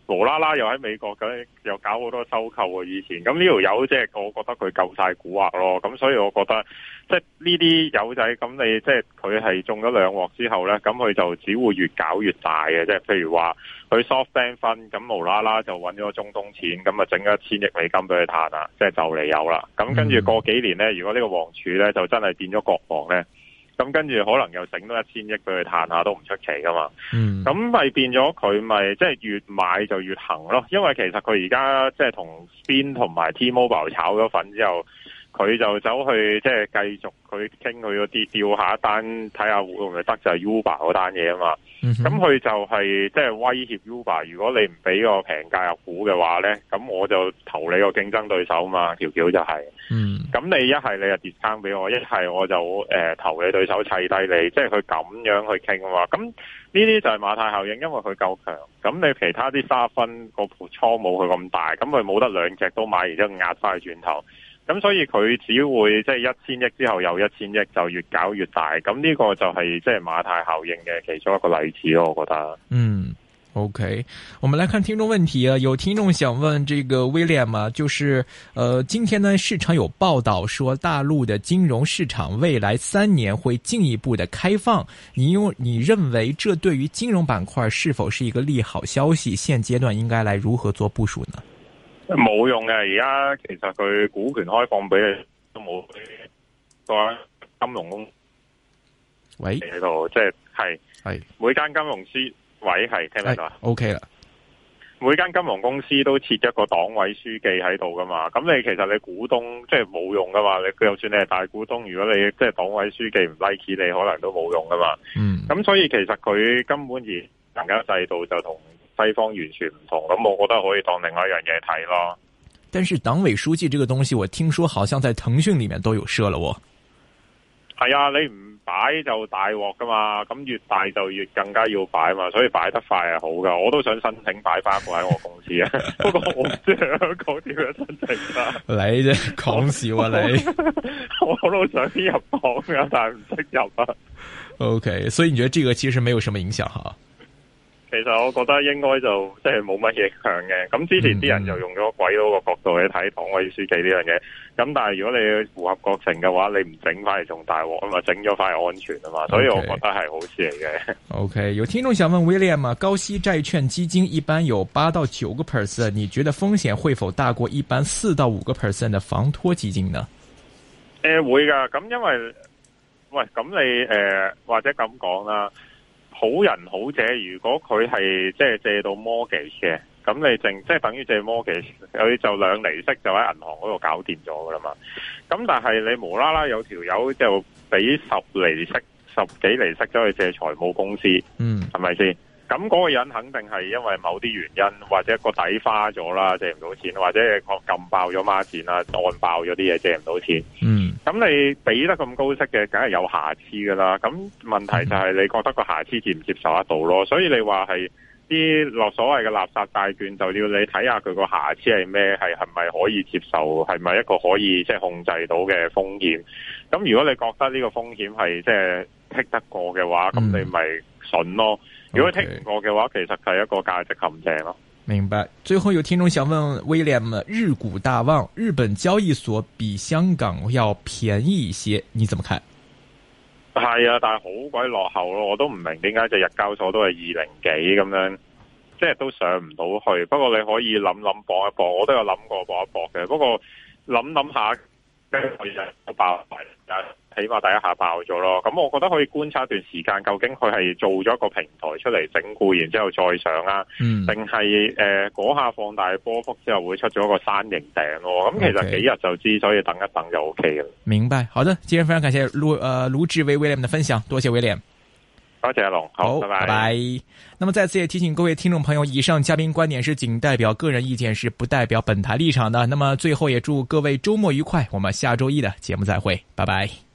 Speaker 14: 無啦啦又喺美國咁又搞好多收購喎以前，咁呢條友即係我覺得佢夠晒蠱惑咯，咁所以我覺得即係呢啲友仔咁你即係佢係中咗兩鑊之後咧，咁佢就只會越搞越大嘅，即係譬如話佢 SoftBank 分咁無啦啦就揾咗中東錢，咁啊整咗一千億美金俾佢嘆啦，即係就嚟有啦，咁跟住過幾年咧，如果呢個王儲咧就真係變咗國王咧。咁跟住可能又整多一千億俾佢嘆下都唔出奇噶嘛，咁咪、嗯、變咗佢咪即係越買就越行咯，因為其實佢而家即係同 Spin 同埋 T-Mobile 炒咗粉之後，佢就走去即係繼續佢傾佢嗰啲調下一單睇下會唔會得就係 Uber 嗰單嘢啊嘛，咁佢、嗯、就係即係威脅 Uber， 如果你唔俾個平價入股嘅話咧，咁我就投你個競爭對手嘛，條橋就係、是。嗯，咁你一係你就 discount 俾我，一係我就誒、呃、投你對手砌低你，即係佢咁樣去傾啊嘛。咁呢啲就係馬太效應，因為佢夠強。咁你其他啲沙分個盤倉冇佢咁大，咁佢冇得兩隻都買，然之後壓翻去轉頭。咁所以佢只會即係一千億之後又一千億，就越搞越大。咁呢個就係即係馬太效應嘅其中一個例子咯，我覺得。嗯。
Speaker 13: OK， 我們來看聽眾問題啊，有聽眾想問這個 William 啊，就是呃，今天呢市場有報道說大陸的金融市場未來三年會進一步的開放，你用你認為這對於金融板塊是否是一個利好消息？現階段應該來如何做部署呢？
Speaker 14: 冇用嘅，而家其實佢股權開放俾你都冇個金融公司
Speaker 13: 喂
Speaker 14: 喺度，即係係係每間金融師。位係聽唔聽到啊
Speaker 13: ？OK 啦，
Speaker 14: 每間金融公司都設一個黨委書記喺度噶嘛，咁你其實你股東即係冇用噶嘛，你就算你係大股東，如果你即係黨委書記唔 like 你，可能都冇用噶嘛。嗯，咁所以其實佢根本而而家制度就同西方完全唔同，咁我覺得可以當另外一樣嘢睇咯。
Speaker 13: 但是黨委書記這個東西，我聽說好像在騰訊裏面都有設了喎。
Speaker 14: 係啊，你唔擺就大鑊噶嘛，咁越大就越更加要擺嘛，所以擺得快係好噶。我都想申請擺翻一個喺我公司啊，不過我唔知香港點樣申請啊。
Speaker 13: 你啫，講笑啊你！
Speaker 14: 我都想入黨噶，但係唔識入啊。
Speaker 13: OK， 所以你覺得這個其實沒有什麼影響哈？
Speaker 14: 其實我覺得應該就即係冇乜影響嘅。咁之前啲人就用咗鬼佬個角度去睇黨委書記呢樣嘢。咁但係如果你符合國情嘅話，你唔整翻嚟仲大鑊啊嘛，整咗翻嚟安全啊嘛。所以我覺得係好事嚟嘅。
Speaker 13: OK， 有聽眾想問 William 啊，高息債券基金一般有八到九個 percent， 你覺得風險會否大過一般四到五個 percent 嘅房託基金呢？
Speaker 14: 誒、呃、會噶，咁因為喂咁你誒、呃、或者咁講啦。好人好者，如果佢係即係借到 mortgage 嘅，咁你淨即係等於借 mortgage，佢就兩厘息就喺銀行嗰度搞掂咗噶啦嘛。咁但係你無啦啦有條友就俾十厘息、十幾厘息走去借財務公司，嗯，係咪先？咁嗰個人肯定係因為某啲原因，或者個底花咗啦，借唔到錢，或者係個撳爆咗孖展啦，按爆咗啲嘢借唔到錢。嗯，咁你俾得咁高息嘅，梗係有瑕疵噶啦。咁問題就係你覺得個瑕疵接唔接受得到咯？所以你話係啲落所謂嘅垃圾債券，就要你睇下佢個瑕疵係咩，係係咪可以接受，係咪一個可以即係控制到嘅風險？咁如果你覺得呢個風險係即係剔得過嘅話，咁、嗯、你咪筍咯。如果聽唔過嘅話，其實係一個價值陷阱咯。
Speaker 13: 明白。最後有聽眾想問 William， 日股大旺，日本交易所比香港要便宜一些，你怎麼看？
Speaker 14: 係啊，但係好鬼落後咯，我都唔明點解隻日交所都係二零幾咁樣，即係都上唔到去。不過你可以諗諗搏一搏，我都有諗過搏一搏嘅。不過諗諗下，跟住佢就爆埋。起碼第一下爆咗咯，咁我覺得可以觀察一段時間，究竟佢係做咗一個平台出嚟整固，然之後再上啊，定係誒嗰下放大波幅之後會出咗一個山形頂咯？咁其實幾日就知，所以等一等就 O K 嘅。
Speaker 13: 明白，好的，今天非常感謝盧呃盧志威 William 的分享，多謝 William，
Speaker 14: 多謝阿龍，好，
Speaker 13: 好，拜拜。拜拜。那麼再次也提醒各位聽眾朋友，以上嘉賓觀點是僅代表個人意見，是不代表本台立場的。那麼最後也祝各位周末愉快，我們下周一的節目再會，拜拜。